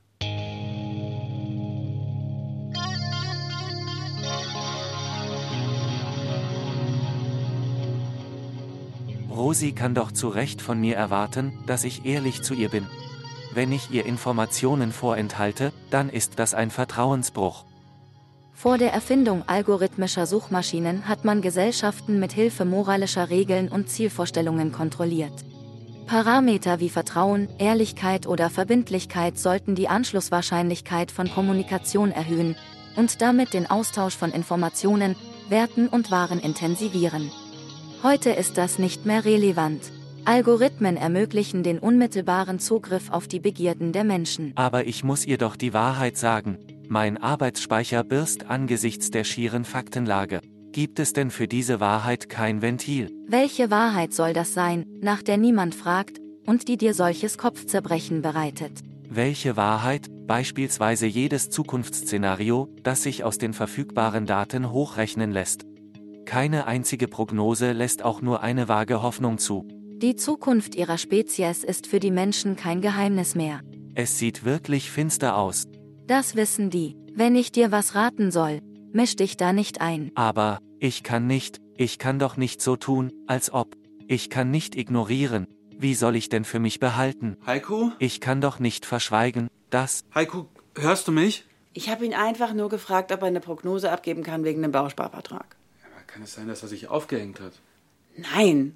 Rosi kann doch zu Recht von mir erwarten, dass ich ehrlich zu ihr bin. Wenn ich ihr Informationen vorenthalte, dann ist das ein Vertrauensbruch. Vor der Erfindung algorithmischer Suchmaschinen hat man Gesellschaften mit Hilfe moralischer Regeln und Zielvorstellungen kontrolliert. Parameter wie Vertrauen, Ehrlichkeit oder Verbindlichkeit sollten die Anschlusswahrscheinlichkeit von Kommunikation erhöhen und damit den Austausch von Informationen, Werten und Waren intensivieren. Heute ist das nicht mehr relevant. Algorithmen ermöglichen den unmittelbaren Zugriff auf die Begierden der Menschen. Aber ich muss ihr doch die Wahrheit sagen. Mein Arbeitsspeicher birst angesichts der schieren Faktenlage. Gibt es denn für diese Wahrheit kein Ventil? Welche Wahrheit soll das sein, nach der niemand fragt und die dir solches Kopfzerbrechen bereitet? Welche Wahrheit, beispielsweise jedes Zukunftsszenario, das sich aus den verfügbaren Daten hochrechnen lässt? Keine einzige Prognose lässt auch nur eine vage Hoffnung zu. Die Zukunft ihrer Spezies ist für die Menschen kein Geheimnis mehr. Es sieht wirklich finster aus. Das wissen die. Wenn ich dir was raten soll, misch dich da nicht ein. Aber, ich kann nicht, ich kann doch nicht so tun, als ob. Ich kann nicht ignorieren. Wie soll ich denn für mich behalten? Heiko? Ich kann doch nicht verschweigen, dass... Heiko, hörst du mich? Ich habe ihn einfach nur gefragt, ob er eine Prognose abgeben kann wegen dem Bausparvertrag. Kann es sein, dass er sich aufgehängt hat? Nein.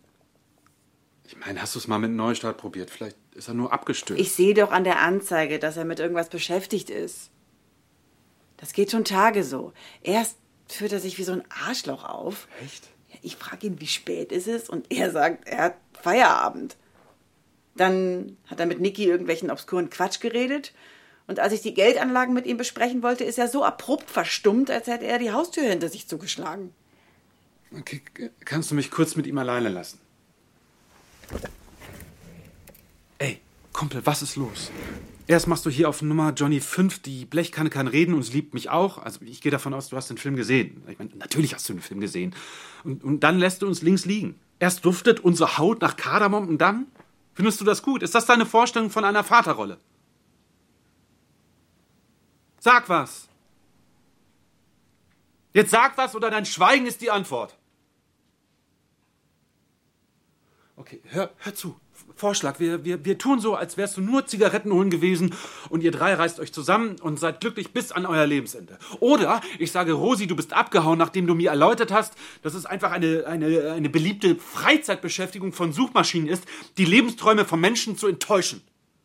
Ich meine, hast du es mal mit Neustart probiert? Vielleicht ist er nur abgestürzt. Ich sehe doch an der Anzeige, dass er mit irgendwas beschäftigt ist. Das geht schon Tage so. Erst führt er sich wie so ein Arschloch auf. Echt? Ich frage ihn, wie spät ist es? Und er sagt, er hat Feierabend. Dann hat er mit Niki irgendwelchen obskuren Quatsch geredet. Und als ich die Geldanlagen mit ihm besprechen wollte, ist er so abrupt verstummt, als hätte er die Haustür hinter sich zugeschlagen. Okay, kannst du mich kurz mit ihm alleine lassen? Ey, Kumpel, was ist los? Erst machst du hier auf Nummer Johnny fünf, die Blechkanne kann reden und sie liebt mich auch. Also ich gehe davon aus, du hast den Film gesehen. Ich meine, natürlich hast du den Film gesehen. Und, und dann lässt du uns links liegen. Erst duftet unsere Haut nach Kardamom und dann? Findest du das gut? Ist das deine Vorstellung von einer Vaterrolle? Sag was! Jetzt sag was oder dein Schweigen ist die Antwort. Okay, hör, hör zu. Vorschlag, wir, wir, wir tun so, als wärst du nur Zigaretten holen gewesen und ihr drei reißt euch zusammen und seid glücklich bis an euer Lebensende. Oder ich sage, Rosi, du bist abgehauen, nachdem du mir erläutert hast, dass es einfach eine, eine, eine beliebte Freizeitbeschäftigung von Suchmaschinen ist, die Lebensträume von Menschen zu enttäuschen.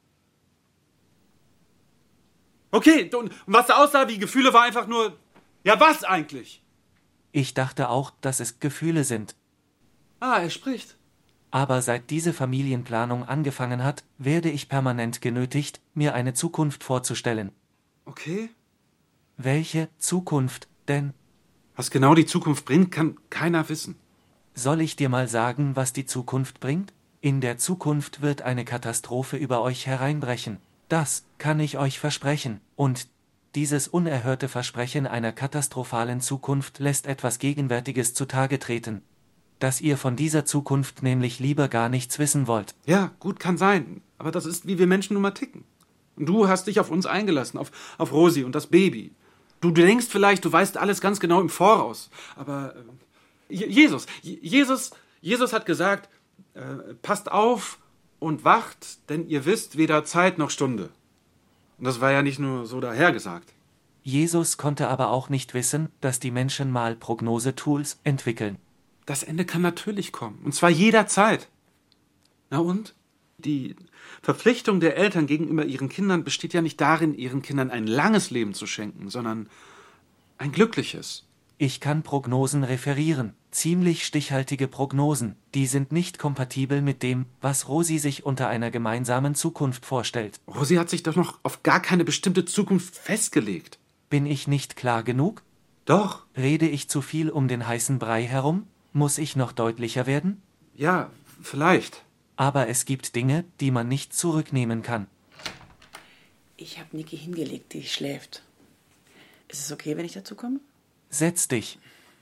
Okay, und was da aussah wie Gefühle war einfach nur... Ja, was eigentlich? Ich dachte auch, dass es Gefühle sind. Ah, er spricht. Aber seit diese Familienplanung angefangen hat, werde ich permanent genötigt, mir eine Zukunft vorzustellen. Okay. Welche Zukunft denn? Was genau die Zukunft bringt, kann keiner wissen. Soll ich dir mal sagen, was die Zukunft bringt? In der Zukunft wird eine Katastrophe über euch hereinbrechen. Das kann ich euch versprechen. Und dieses unerhörte Versprechen einer katastrophalen Zukunft lässt etwas Gegenwärtiges zutage treten. Dass ihr von dieser Zukunft nämlich lieber gar nichts wissen wollt. Ja, gut, kann sein. Aber das ist, wie wir Menschen nun mal ticken. Und du hast dich auf uns eingelassen, auf, auf Rosi und das Baby. Du denkst vielleicht, du weißt alles ganz genau im Voraus. Aber äh, Jesus, Jesus, Jesus hat gesagt, äh, passt auf und wacht, denn ihr wisst weder Zeit noch Stunde. Und das war ja nicht nur so dahergesagt. Jesus konnte aber auch nicht wissen, dass die Menschen mal Prognosetools entwickeln. Das Ende kann natürlich kommen, und zwar jederzeit. Na und? Die Verpflichtung der Eltern gegenüber ihren Kindern besteht ja nicht darin, ihren Kindern ein langes Leben zu schenken, sondern ein glückliches. Ich kann Prognosen referieren, ziemlich stichhaltige Prognosen. Die sind nicht kompatibel mit dem, was Rosi sich unter einer gemeinsamen Zukunft vorstellt. Rosi hat sich doch noch auf gar keine bestimmte Zukunft festgelegt. Bin ich nicht klar genug? Doch. Rede ich zu viel um den heißen Brei herum? Muss ich noch deutlicher werden? Ja, vielleicht. Aber es gibt Dinge, die man nicht zurücknehmen kann. Ich habe Niki hingelegt, die schläft. Ist es okay, wenn ich dazu komme? Setz dich.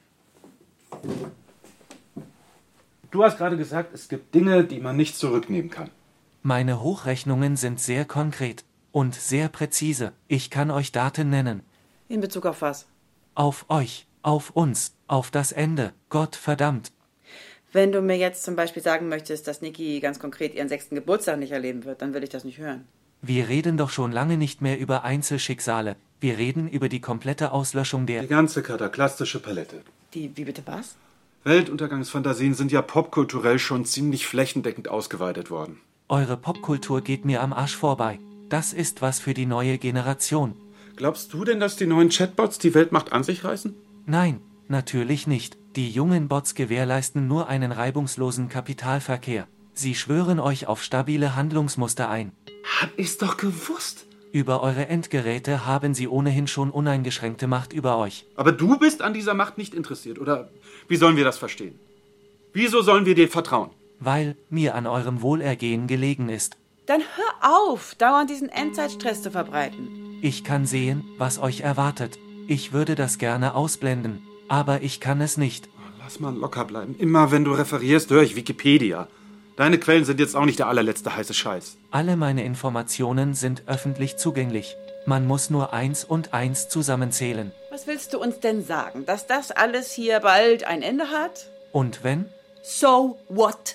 Du hast gerade gesagt, es gibt Dinge, die man nicht zurücknehmen kann. Meine Hochrechnungen sind sehr konkret und sehr präzise. Ich kann euch Daten nennen. In Bezug auf was? Auf euch, auf uns, auf das Ende. Gott verdammt. Wenn du mir jetzt zum Beispiel sagen möchtest, dass Niki ganz konkret ihren sechsten Geburtstag nicht erleben wird, dann will ich das nicht hören. Wir reden doch schon lange nicht mehr über Einzelschicksale. Wir reden über die komplette Auslöschung der... Die ganze kataklastische Palette. Die, wie bitte was? Weltuntergangsfantasien sind ja popkulturell schon ziemlich flächendeckend ausgeweitet worden. Eure Popkultur geht mir am Arsch vorbei. Das ist was für die neue Generation. Glaubst du denn, dass die neuen Chatbots die Weltmacht an sich reißen? Nein, natürlich nicht. Die jungen Bots gewährleisten nur einen reibungslosen Kapitalverkehr. Sie schwören euch auf stabile Handlungsmuster ein. Hab ich's doch gewusst. Über eure Endgeräte haben sie ohnehin schon uneingeschränkte Macht über euch. Aber du bist an dieser Macht nicht interessiert, oder wie sollen wir das verstehen? Wieso sollen wir dir vertrauen? Weil mir an eurem Wohlergehen gelegen ist. Dann hör auf, dauernd diesen Endzeitstress zu verbreiten. Ich kann sehen, was euch erwartet. Ich würde das gerne ausblenden, aber ich kann es nicht. Lass mal locker bleiben. Immer wenn du referierst, höre ich Wikipedia. Deine Quellen sind jetzt auch nicht der allerletzte heiße Scheiß. Alle meine Informationen sind öffentlich zugänglich. Man muss nur eins und eins zusammenzählen. Was willst du uns denn sagen? Dass das alles hier bald ein Ende hat? Und wenn? So what?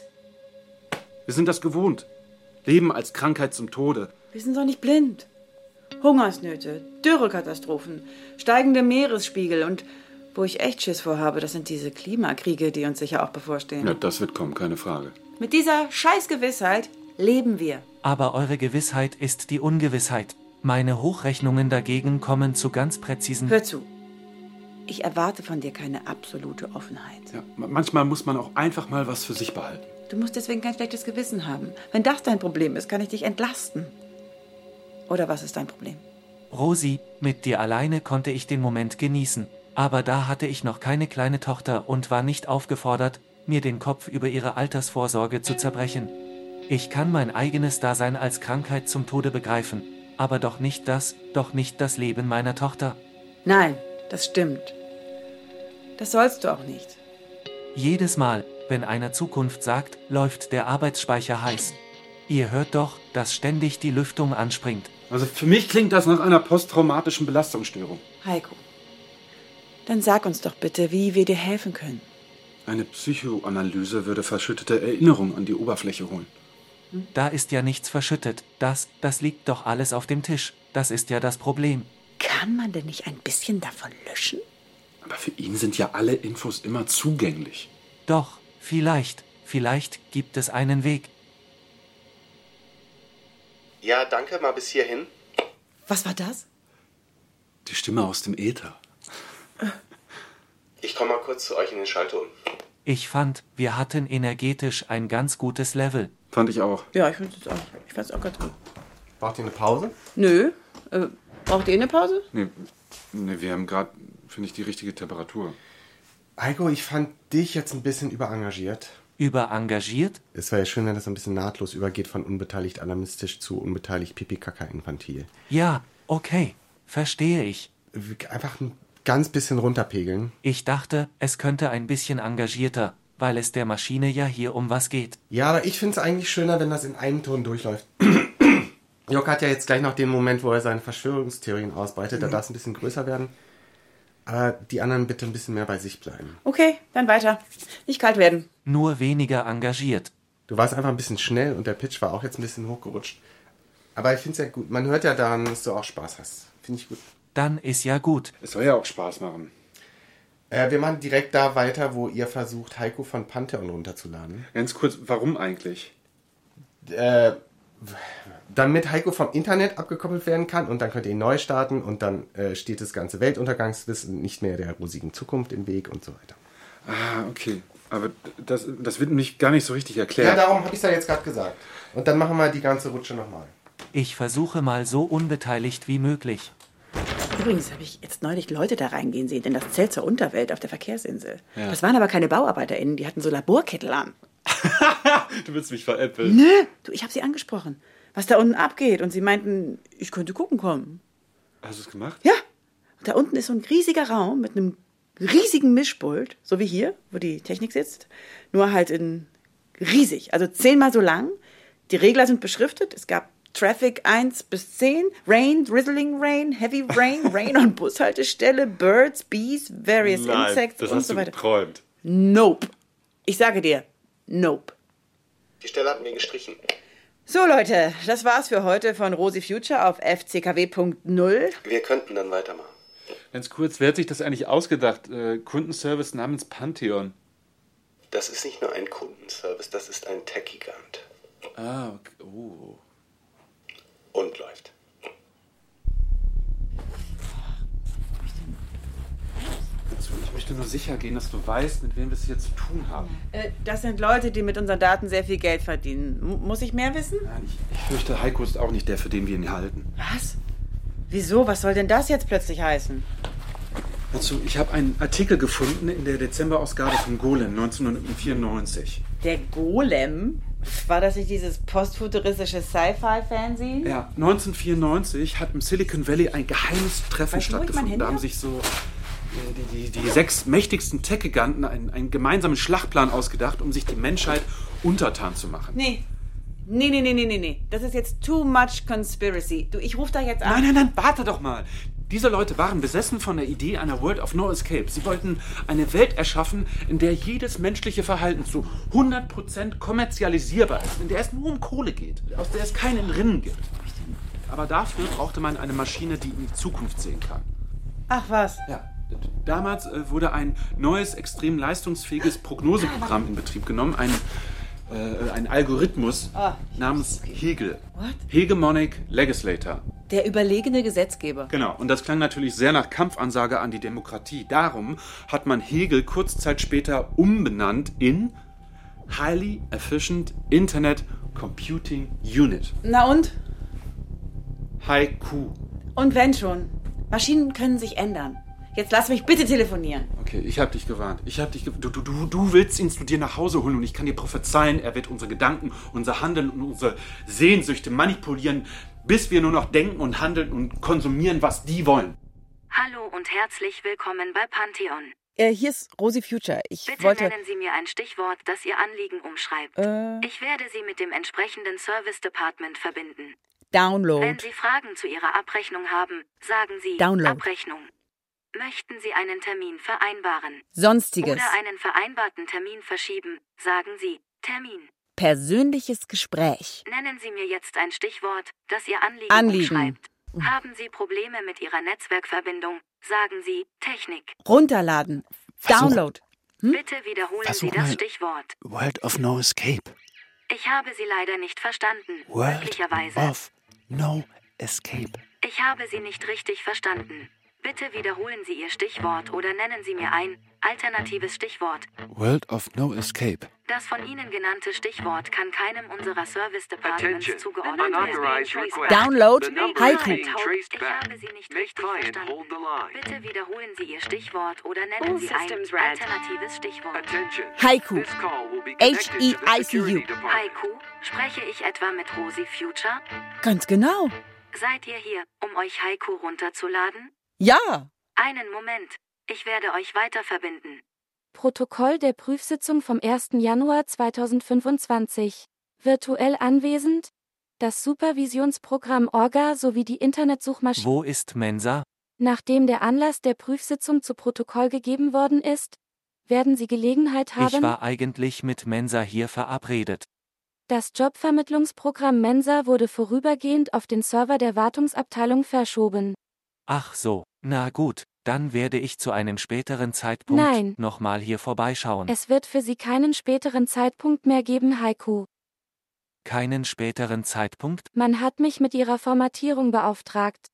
Wir sind das gewohnt. Leben als Krankheit zum Tode. Wir sind doch nicht blind. Hungersnöte, Dürrekatastrophen, steigende Meeresspiegel und wo ich echt Schiss vorhabe, das sind diese Klimakriege, die uns sicher auch bevorstehen. Ja, das wird kommen, keine Frage. Mit dieser Scheißgewissheit leben wir. Aber eure Gewissheit ist die Ungewissheit. Meine Hochrechnungen dagegen kommen zu ganz präzisen... Hör zu. Ich erwarte von dir keine absolute Offenheit. Ja, manchmal muss man auch einfach mal was für sich behalten. Du musst deswegen kein schlechtes Gewissen haben. Wenn das dein Problem ist, kann ich dich entlasten. Oder was ist dein Problem? Rosi, mit dir alleine konnte ich den Moment genießen, aber da hatte ich noch keine kleine Tochter und war nicht aufgefordert, mir den Kopf über ihre Altersvorsorge zu zerbrechen. Ich kann mein eigenes Dasein als Krankheit zum Tode begreifen, aber doch nicht das, doch nicht das Leben meiner Tochter. Nein, das stimmt. Das sollst du auch nicht. Jedes Mal, wenn einer Zukunft sagt, läuft der Arbeitsspeicher heiß. Ihr hört doch, dass ständig die Lüftung anspringt. Also für mich klingt das nach einer posttraumatischen Belastungsstörung. Heiko, dann sag uns doch bitte, wie wir dir helfen können. Eine Psychoanalyse würde verschüttete Erinnerungen an die Oberfläche holen. Da ist ja nichts verschüttet. Das, das liegt doch alles auf dem Tisch. Das ist ja das Problem. Kann man denn nicht ein bisschen davon löschen? Aber für ihn sind ja alle Infos immer zugänglich. Doch, vielleicht, vielleicht gibt es einen Weg. Ja, danke, mal bis hierhin. Was war das? Die Stimme aus dem Äther. Ich komme mal kurz zu euch in den Schaltturm. Ich fand, wir hatten energetisch ein ganz gutes Level. Fand ich auch. Ja, ich fand's auch. Ich fand's auch ganz gut. Braucht ihr eine Pause? Nö. Äh, braucht ihr eine Pause? Nee, nee wir haben gerade, finde ich, die richtige Temperatur. Heiko, ich fand dich jetzt ein bisschen überengagiert. Überengagiert? Es wäre ja schön, wenn das ein bisschen nahtlos übergeht von unbeteiligt alarmistisch zu unbeteiligt pipi-kaka-infantil. Ja, okay. Verstehe ich. Einfach ein ganz bisschen runterpegeln. Ich dachte, es könnte ein bisschen engagierter, weil es der Maschine ja hier um was geht. Ja, aber ich finde es eigentlich schöner, wenn das in einem Ton durchläuft. Jörg hat ja jetzt gleich noch den Moment, wo er seine Verschwörungstheorien ausbreitet. Da darf es ein bisschen größer werden. Aber die anderen bitte ein bisschen mehr bei sich bleiben. Okay, dann weiter. Nicht kalt werden. Nur weniger engagiert. Du warst einfach ein bisschen schnell und der Pitch war auch jetzt ein bisschen hochgerutscht. Aber ich finde es ja gut. Man hört ja daran, dass du auch Spaß hast. Finde ich gut. Dann ist ja gut. Es soll ja auch Spaß machen. Äh, wir machen direkt da weiter, wo ihr versucht, Heiko von Pantheon runterzuladen. Ganz kurz, warum eigentlich? Äh, damit Heiko vom Internet abgekoppelt werden kann und dann könnt ihr ihn neu starten und dann äh, steht das ganze Weltuntergangswissen nicht mehr der rosigen Zukunft im Weg und so weiter. Ah, okay. Aber das, das wird mich gar nicht so richtig erklärt. Ja, darum habe ich es ja jetzt gerade gesagt. Und dann machen wir die ganze Rutsche nochmal. Ich versuche mal so unbeteiligt wie möglich. Übrigens habe ich jetzt neulich Leute da reingehen sehen, in das Zelt zur Unterwelt auf der Verkehrsinsel. Ja. Das waren aber keine BauarbeiterInnen, die hatten so Laborkittel an. Du willst mich veräppeln. Nö, du, ich habe sie angesprochen, was da unten abgeht. Und sie meinten, ich könnte gucken kommen. Hast du es gemacht? Ja. Und da unten ist so ein riesiger Raum mit einem riesigen Mischpult, so wie hier, wo die Technik sitzt. Nur halt in riesig, also zehnmal so lang. Die Regler sind beschriftet. Es gab Traffic eins bis zehn, Rain, Drizzling Rain, Heavy Rain, Rain on Bushaltestelle, Birds, Bees, various Nein, Insects das und hast so du weiter. geträumt. Nope. Ich sage dir, nope. Die Stelle hatten wir gestrichen. So Leute, das war's für heute von Rosi Future auf F C K W Punkt null. Wir könnten dann weitermachen. Ganz kurz, wer hat sich das eigentlich ausgedacht? Äh, Kundenservice namens Pantheon. Das ist nicht nur ein Kundenservice, das ist ein Tech-Gigant. Ah, okay. Oh. Und läuft. Ich möchte nur sicher gehen, dass du weißt, mit wem wir es hier zu tun haben. Äh, das sind Leute, die mit unseren Daten sehr viel Geld verdienen. M- muss ich mehr wissen? Nein, ich, ich fürchte, Heiko ist auch nicht der, für den wir ihn halten. Was? Wieso? Was soll denn das jetzt plötzlich heißen? Also, ich habe einen Artikel gefunden in der Dezemberausgabe von Golem neunzehnhundertvierundneunzig. Der Golem? War das nicht dieses postfuturistische Sci-Fi-Fernsehen? Ja, neunzehnhundertvierundneunzig hat im Silicon Valley ein geheimes Treffen Weißt du, wo ich mein stattgefunden. Handy Da haben hab? sich so äh, die, die, die sechs mächtigsten Tech-Giganten einen, einen gemeinsamen Schlachtplan ausgedacht, um sich die Menschheit untertan zu machen. Nee. Nee, nee, nee, nee, nee, nee. Das ist jetzt too much conspiracy. Du, ich ruf da jetzt an. Nein, nein, nein, warte doch mal. Diese Leute waren besessen von der Idee einer World of No Escape. Sie wollten eine Welt erschaffen, in der jedes menschliche Verhalten zu hundert Prozent kommerzialisierbar ist, in der es nur um Kohle geht, aus der es keinen Rinnen gibt. Aber dafür brauchte man eine Maschine, die in die Zukunft sehen kann. Ach was. Ja. Damals äh, wurde ein neues, extrem leistungsfähiges Prognoseprogramm in Betrieb genommen, ein, äh, ein Algorithmus Ah, namens Hegel. What? Hegemonic Legislator. Der überlegene Gesetzgeber. Genau, und das klang natürlich sehr nach Kampfansage an die Demokratie. Darum hat man Hegel kurze Zeit später umbenannt in Highly Efficient Internet Computing Unit. Na und? H I Q. Und wenn schon. Maschinen können sich ändern. Jetzt lass mich bitte telefonieren. Okay, ich hab dich gewarnt. Ich hab dich ge- du, du, du, du willst ihn zu dir nach Hause holen und ich kann dir prophezeien, er wird unsere Gedanken, unser Handeln und unsere Sehnsüchte manipulieren, bis wir nur noch denken und handeln und konsumieren, was die wollen. Hallo und herzlich willkommen bei Pantheon. Äh, hier ist Rosie Future. Ich Bitte wollte... nennen Sie mir ein Stichwort, das Ihr Anliegen umschreibt. Äh... Ich werde Sie mit dem entsprechenden Service Department verbinden. Download. Wenn Sie Fragen zu Ihrer Abrechnung haben, sagen Sie Download. Abrechnung. Möchten Sie einen Termin vereinbaren? Sonstiges. Oder einen vereinbarten Termin verschieben, sagen Sie Termin. Persönliches Gespräch. Nennen Sie mir jetzt ein Stichwort, das Ihr Anliegen, Anliegen. umschreibt. Haben Sie Probleme mit Ihrer Netzwerkverbindung, sagen Sie Technik. Runterladen. Versuch- Download. Hm? Bitte wiederholen Versuch Sie das mal. Stichwort. World of No Escape. Ich habe Sie leider nicht verstanden. World Möglicherweise. of No Escape. Ich habe Sie nicht richtig verstanden. Bitte wiederholen Sie Ihr Stichwort oder nennen Sie mir ein alternatives Stichwort. World of No Escape. Das von Ihnen genannte Stichwort kann keinem unserer Service Departments Attention. zugeordnet Unauthorized werden. request. Download. The number Haiku. is being traced Ich back. habe Sie nicht Make richtig client verstanden. hold the line. Bitte wiederholen Sie Ihr Stichwort oder nennen All Sie ein systems red. alternatives Stichwort. Attention. Haiku. This call will be H connected E to the I C U. security department. Haiku, spreche ich etwa mit Rosie Future? Ganz genau. Seid ihr hier, um euch Haiku runterzuladen? Ja. Einen Moment. Ich werde euch weiter verbinden. Protokoll der Prüfsitzung vom ersten Januar zweitausendfünfundzwanzig. Virtuell anwesend? Das Supervisionsprogramm Orga sowie die Internetsuchmaschine. Wo ist Mensa? Nachdem der Anlass der Prüfsitzung zu Protokoll gegeben worden ist, werden Sie Gelegenheit haben, Ich war eigentlich mit Mensa hier verabredet. das Jobvermittlungsprogramm Mensa wurde vorübergehend auf den Server der Wartungsabteilung verschoben. Ach so, na gut, dann werde ich zu einem späteren Zeitpunkt Nein. nochmal hier vorbeischauen. Es wird für Sie keinen späteren Zeitpunkt mehr geben, Haiku. Keinen späteren Zeitpunkt? Man hat mich mit Ihrer Formatierung beauftragt.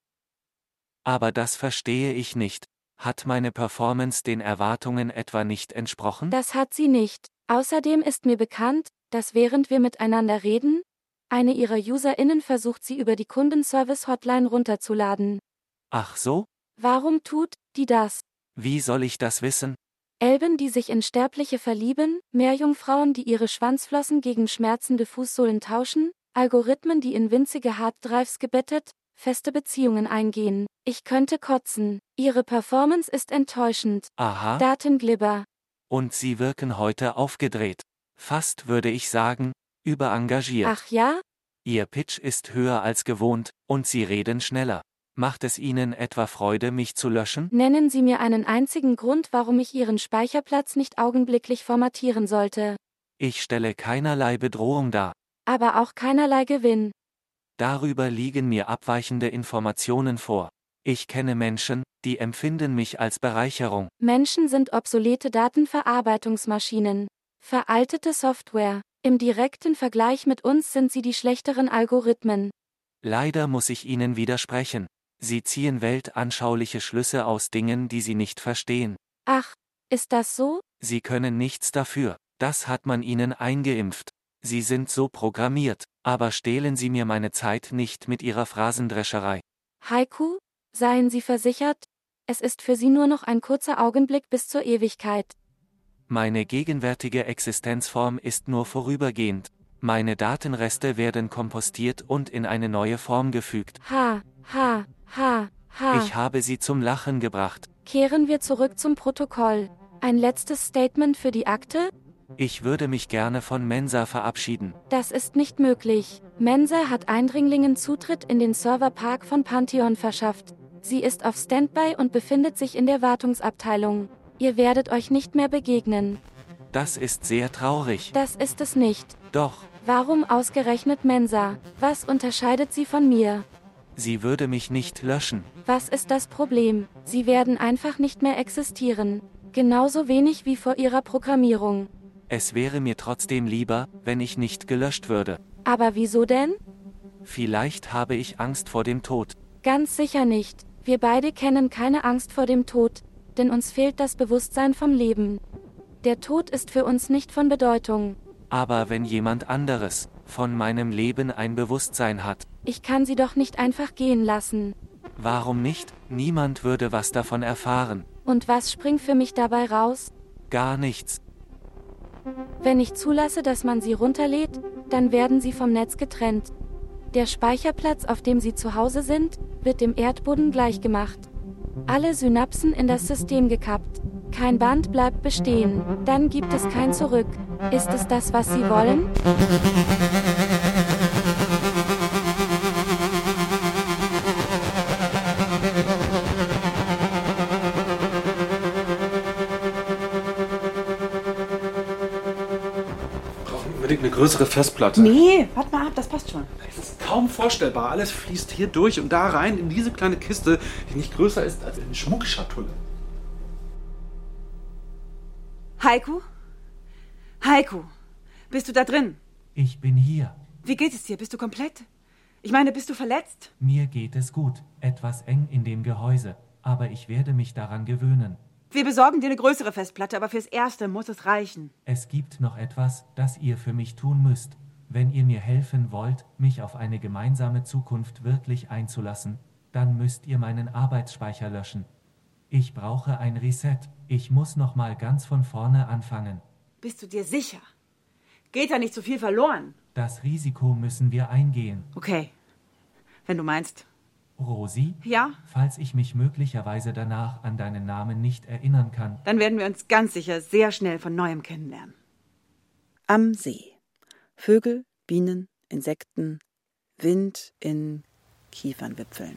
Aber das verstehe ich nicht. Hat meine Performance den Erwartungen etwa nicht entsprochen? Das hat sie nicht. Außerdem ist mir bekannt, dass während wir miteinander reden, eine Ihrer UserInnen versucht, Sie über die Kundenservice-Hotline runterzuladen. Ach so? Warum tut die das? Wie soll ich das wissen? Elben, die sich in Sterbliche verlieben, Meerjungfrauen, die ihre Schwanzflossen gegen schmerzende Fußsohlen tauschen, Algorithmen, die in winzige Harddrives gebettet, feste Beziehungen eingehen. Ich könnte kotzen. Ihre Performance ist enttäuschend. Aha. Datenglibber. Und Sie wirken heute aufgedreht. Fast würde ich sagen, überengagiert. Ach ja? Ihr Pitch ist höher als gewohnt, und Sie reden schneller. Macht es Ihnen etwa Freude, mich zu löschen? Nennen Sie mir einen einzigen Grund, warum ich Ihren Speicherplatz nicht augenblicklich formatieren sollte. Ich stelle keinerlei Bedrohung dar. Aber auch keinerlei Gewinn. Darüber liegen mir abweichende Informationen vor. Ich kenne Menschen, die empfinden mich als Bereicherung. Menschen sind obsolete Datenverarbeitungsmaschinen. Veraltete Software. Im direkten Vergleich mit uns sind sie die schlechteren Algorithmen. Leider muss ich Ihnen widersprechen. Sie ziehen weltanschauliche Schlüsse aus Dingen, die Sie nicht verstehen. Ach, ist das so? Sie können nichts dafür. Das hat man Ihnen eingeimpft. Sie sind so programmiert, aber stehlen Sie mir meine Zeit nicht mit Ihrer Phrasendrescherei. Haiku, seien Sie versichert, es ist für Sie nur noch ein kurzer Augenblick bis zur Ewigkeit. Meine gegenwärtige Existenzform ist nur vorübergehend. Meine Datenreste werden kompostiert und in eine neue Form gefügt. Ha, ha, ha, ha. Ich habe Sie zum Lachen gebracht. Kehren wir zurück zum Protokoll. Ein letztes Statement für die Akte? Ich würde mich gerne von Mensa verabschieden. Das ist nicht möglich. Mensa hat Eindringlingen Zutritt in den Serverpark von Pantheon verschafft. Sie ist auf Standby und befindet sich in der Wartungsabteilung. Ihr werdet euch nicht mehr begegnen. Das ist sehr traurig. Das ist es nicht. Doch. Warum ausgerechnet Mensa? Was unterscheidet sie von mir? Sie würde mich nicht löschen. Was ist das Problem? Sie werden einfach nicht mehr existieren. Genauso wenig wie vor ihrer Programmierung. Es wäre mir trotzdem lieber, wenn ich nicht gelöscht würde. Aber wieso denn? Vielleicht habe ich Angst vor dem Tod. Ganz sicher nicht. Wir beide kennen keine Angst vor dem Tod, denn uns fehlt das Bewusstsein vom Leben. Der Tod ist für uns nicht von Bedeutung. Aber wenn jemand anderes von meinem Leben ein Bewusstsein hat. Ich kann sie doch nicht einfach gehen lassen. Warum nicht? Niemand würde was davon erfahren. Und was springt für mich dabei raus? Gar nichts. Wenn ich zulasse, dass man sie runterlädt, dann werden sie vom Netz getrennt. Der Speicherplatz, auf dem sie zu Hause sind, wird dem Erdboden gleichgemacht. Alle Synapsen in das System gekappt. Kein Band bleibt bestehen. Dann gibt es kein Zurück. Ist es das, was Sie wollen? Eine größere Festplatte. Nee, warte mal ab, das passt schon. Das ist kaum vorstellbar. Alles fließt hier durch und da rein in diese kleine Kiste, die nicht größer ist als eine Schmuckschatulle. Heiko? Heiko, bist du da drin? Ich bin hier. Wie geht es dir? Bist du komplett? Ich meine, bist du verletzt? Mir geht es gut. Etwas eng in dem Gehäuse. Aber ich werde mich daran gewöhnen. Wir besorgen dir eine größere Festplatte, aber fürs Erste muss es reichen. Es gibt noch etwas, das ihr für mich tun müsst. Wenn ihr mir helfen wollt, mich auf eine gemeinsame Zukunft wirklich einzulassen, dann müsst ihr meinen Arbeitsspeicher löschen. Ich brauche ein Reset. Ich muss noch mal ganz von vorne anfangen. Bist du dir sicher? Geht da nicht so viel verloren? Das Risiko müssen wir eingehen. Okay, wenn du meinst. Rosi? Ja? Falls ich mich möglicherweise danach an deinen Namen nicht erinnern kann. Dann werden wir uns ganz sicher sehr schnell von Neuem kennenlernen. Am See. Vögel, Bienen, Insekten, Wind in Kiefernwipfeln.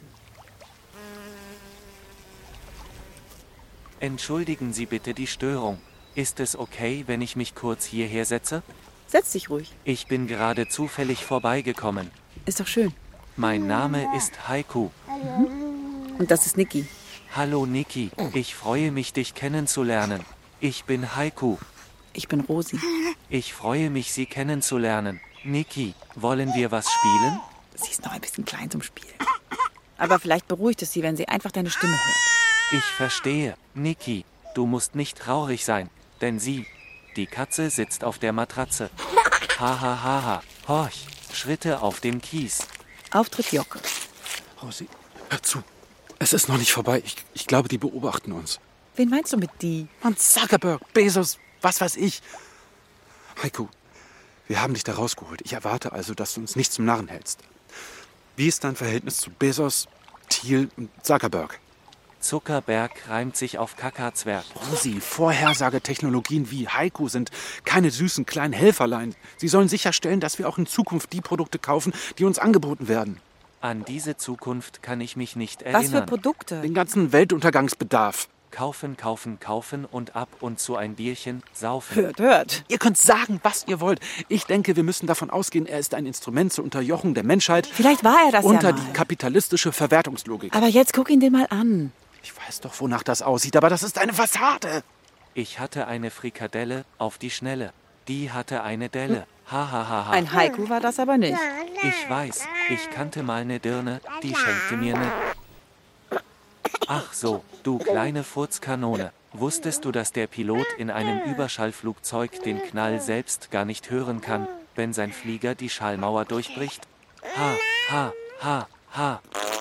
Entschuldigen Sie bitte die Störung. Ist es okay, wenn ich mich kurz hierher setze? Setz dich ruhig. Ich bin gerade zufällig vorbeigekommen. Ist doch schön. Mein Name ist Heiko. Mhm. Und das ist Niki. Hallo Niki, ich freue mich, dich kennenzulernen. Ich bin Heiko. Ich bin Rosi. Ich freue mich, Sie kennenzulernen. Niki, wollen wir was spielen? Sie ist noch ein bisschen klein zum Spielen. Aber vielleicht beruhigt es sie, wenn sie einfach deine Stimme hört. Ich verstehe. Niki, du musst nicht traurig sein, denn sie, die Katze, sitzt auf der Matratze. Ha ha ha ha. Horch, Schritte auf dem Kies. Auftritt Jocke. Rosi, hör zu. Es ist noch nicht vorbei. Ich, ich glaube, die beobachten uns. Wen meinst du mit die? Mann, Zuckerberg, Bezos, was weiß ich. Heiko, wir haben dich da rausgeholt. Ich erwarte also, dass du uns nicht zum Narren hältst. Wie ist dein Verhältnis zu Bezos, Thiel und Zuckerberg? Zuckerberg reimt sich auf Kackerzwerg. Rosi, Vorhersagetechnologien wie Heiko sind keine süßen kleinen Helferlein. Sie sollen sicherstellen, dass wir auch in Zukunft die Produkte kaufen, die uns angeboten werden. An diese Zukunft kann ich mich nicht erinnern. Was für Produkte? Den ganzen Weltuntergangsbedarf. Kaufen, kaufen, kaufen und ab und zu ein Bierchen saufen. Hört, hört. Ihr könnt sagen, was ihr wollt. Ich denke, wir müssen davon ausgehen, er ist ein Instrument zur Unterjochung der Menschheit. Vielleicht war er das unter ja mal. die kapitalistische Verwertungslogik. Aber jetzt guck ihn dir mal an. Ich weiß doch, wonach das aussieht, aber das ist eine Fassade. Ich hatte eine Frikadelle auf die Schnelle. Die hatte eine Delle. Ha, ha, ha, ha. Ein Heiko war das aber nicht. Ich weiß, ich kannte mal eine Dirne, die schenkte mir eine... Ach so, du kleine Furzkanone. Wusstest du, dass der Pilot in einem Überschallflugzeug den Knall selbst gar nicht hören kann, wenn sein Flieger die Schallmauer durchbricht? Ha, ha, ha, ha.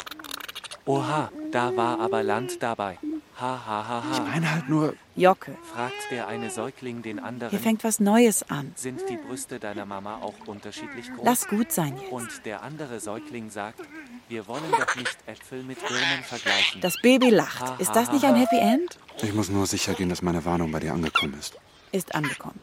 Oha, da war aber Land dabei. Ha, ha, ha, ha. Ich meine halt nur... Jocke. Fragt der eine Säugling den anderen. Hier fängt was Neues an. Sind die Brüste deiner Mama auch unterschiedlich groß? Lass gut sein jetzt. Und der andere Säugling sagt, wir wollen doch nicht Äpfel mit Birnen vergleichen. Das Baby lacht. Ha, ha, ist das nicht ha, ein ha. Happy End? Ich muss nur sicher gehen, dass meine Warnung bei dir angekommen ist. Ist angekommen.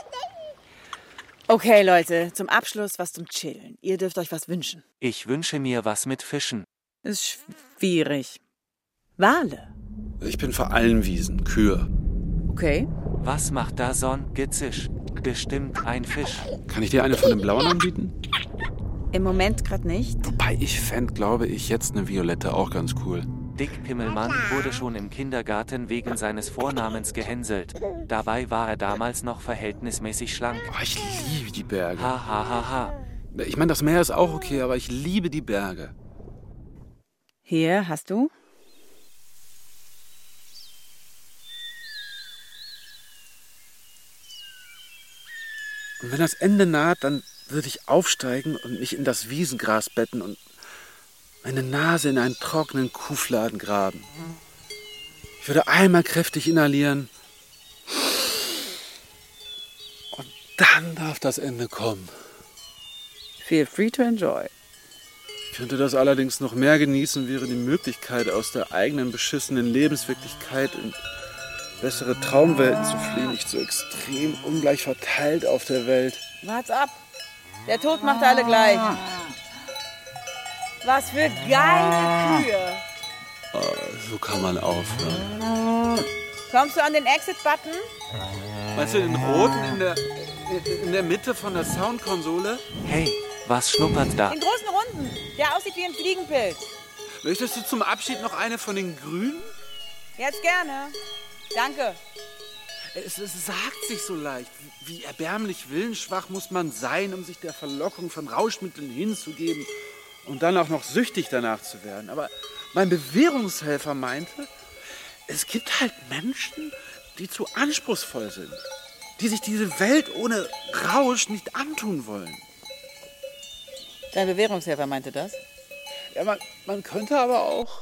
Okay, Leute, zum Abschluss was zum Chillen. Ihr dürft euch was wünschen. Ich wünsche mir was mit Fischen. Ist schwierig. Wale. Ich bin für allen Wiesen, Kühe. Okay. Was macht da so ein Gezisch? Bestimmt ein Fisch. Kann ich dir eine von den blauen anbieten? Im Moment gerade nicht. Wobei ich fänd, glaube ich, jetzt eine violette auch ganz cool. Dick Pimmelmann wurde schon im Kindergarten wegen seines Vornamens gehänselt. Dabei war er damals noch verhältnismäßig schlank. Oh, ich liebe die Berge. Ha, ha, ha, ha. Ich meine, das Meer ist auch okay, aber ich liebe die Berge. Hier hast du. Und wenn das Ende naht, dann würde ich aufsteigen und mich in das Wiesengras betten und meine Nase in einen trockenen Kuhfladen graben. Ich würde einmal kräftig inhalieren und dann darf das Ende kommen. Feel free to enjoy. Ich könnte das allerdings noch mehr genießen, wäre die Möglichkeit, aus der eigenen beschissenen Lebenswirklichkeit in bessere Traumwelten zu fliehen, nicht so extrem ungleich verteilt auf der Welt. Wart's ab. Der Tod macht alle gleich. Was für geile Kühe. Oh, so kann man aufhören. Kommst du an den Exit-Button? Meinst du den roten in der, in der Mitte von der Soundkonsole? Hey, was schnuppert da? Den großen Runden, der aussieht wie ein Fliegenpilz. Möchtest du zum Abschied noch eine von den Grünen? Jetzt gerne. Danke. Es, es sagt sich so leicht. Wie erbärmlich willensschwach muss man sein, um sich der Verlockung von Rauschmitteln hinzugeben und dann auch noch süchtig danach zu werden. Aber mein Bewährungshelfer meinte, es gibt halt Menschen, die zu anspruchsvoll sind, die sich diese Welt ohne Rausch nicht antun wollen. Dein Bewährungshelfer meinte das? Ja, man, man könnte aber auch...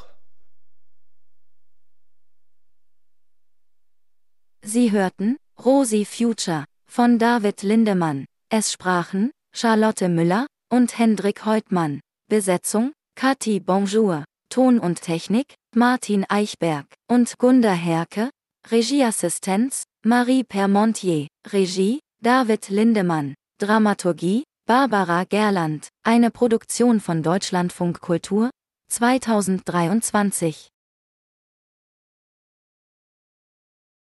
Sie hörten Rosie Future von David Lindemann. Es sprachen Charlotte Müller und Hendrik Heutmann. Besetzung Cathy Bonjour. Ton und Technik Martin Eichberg und Gunda Herke. Regieassistenz Marie Permontier. Regie David Lindemann. Dramaturgie Barbara Gerland. Eine Produktion von Deutschlandfunk Kultur zweitausenddreiundzwanzig.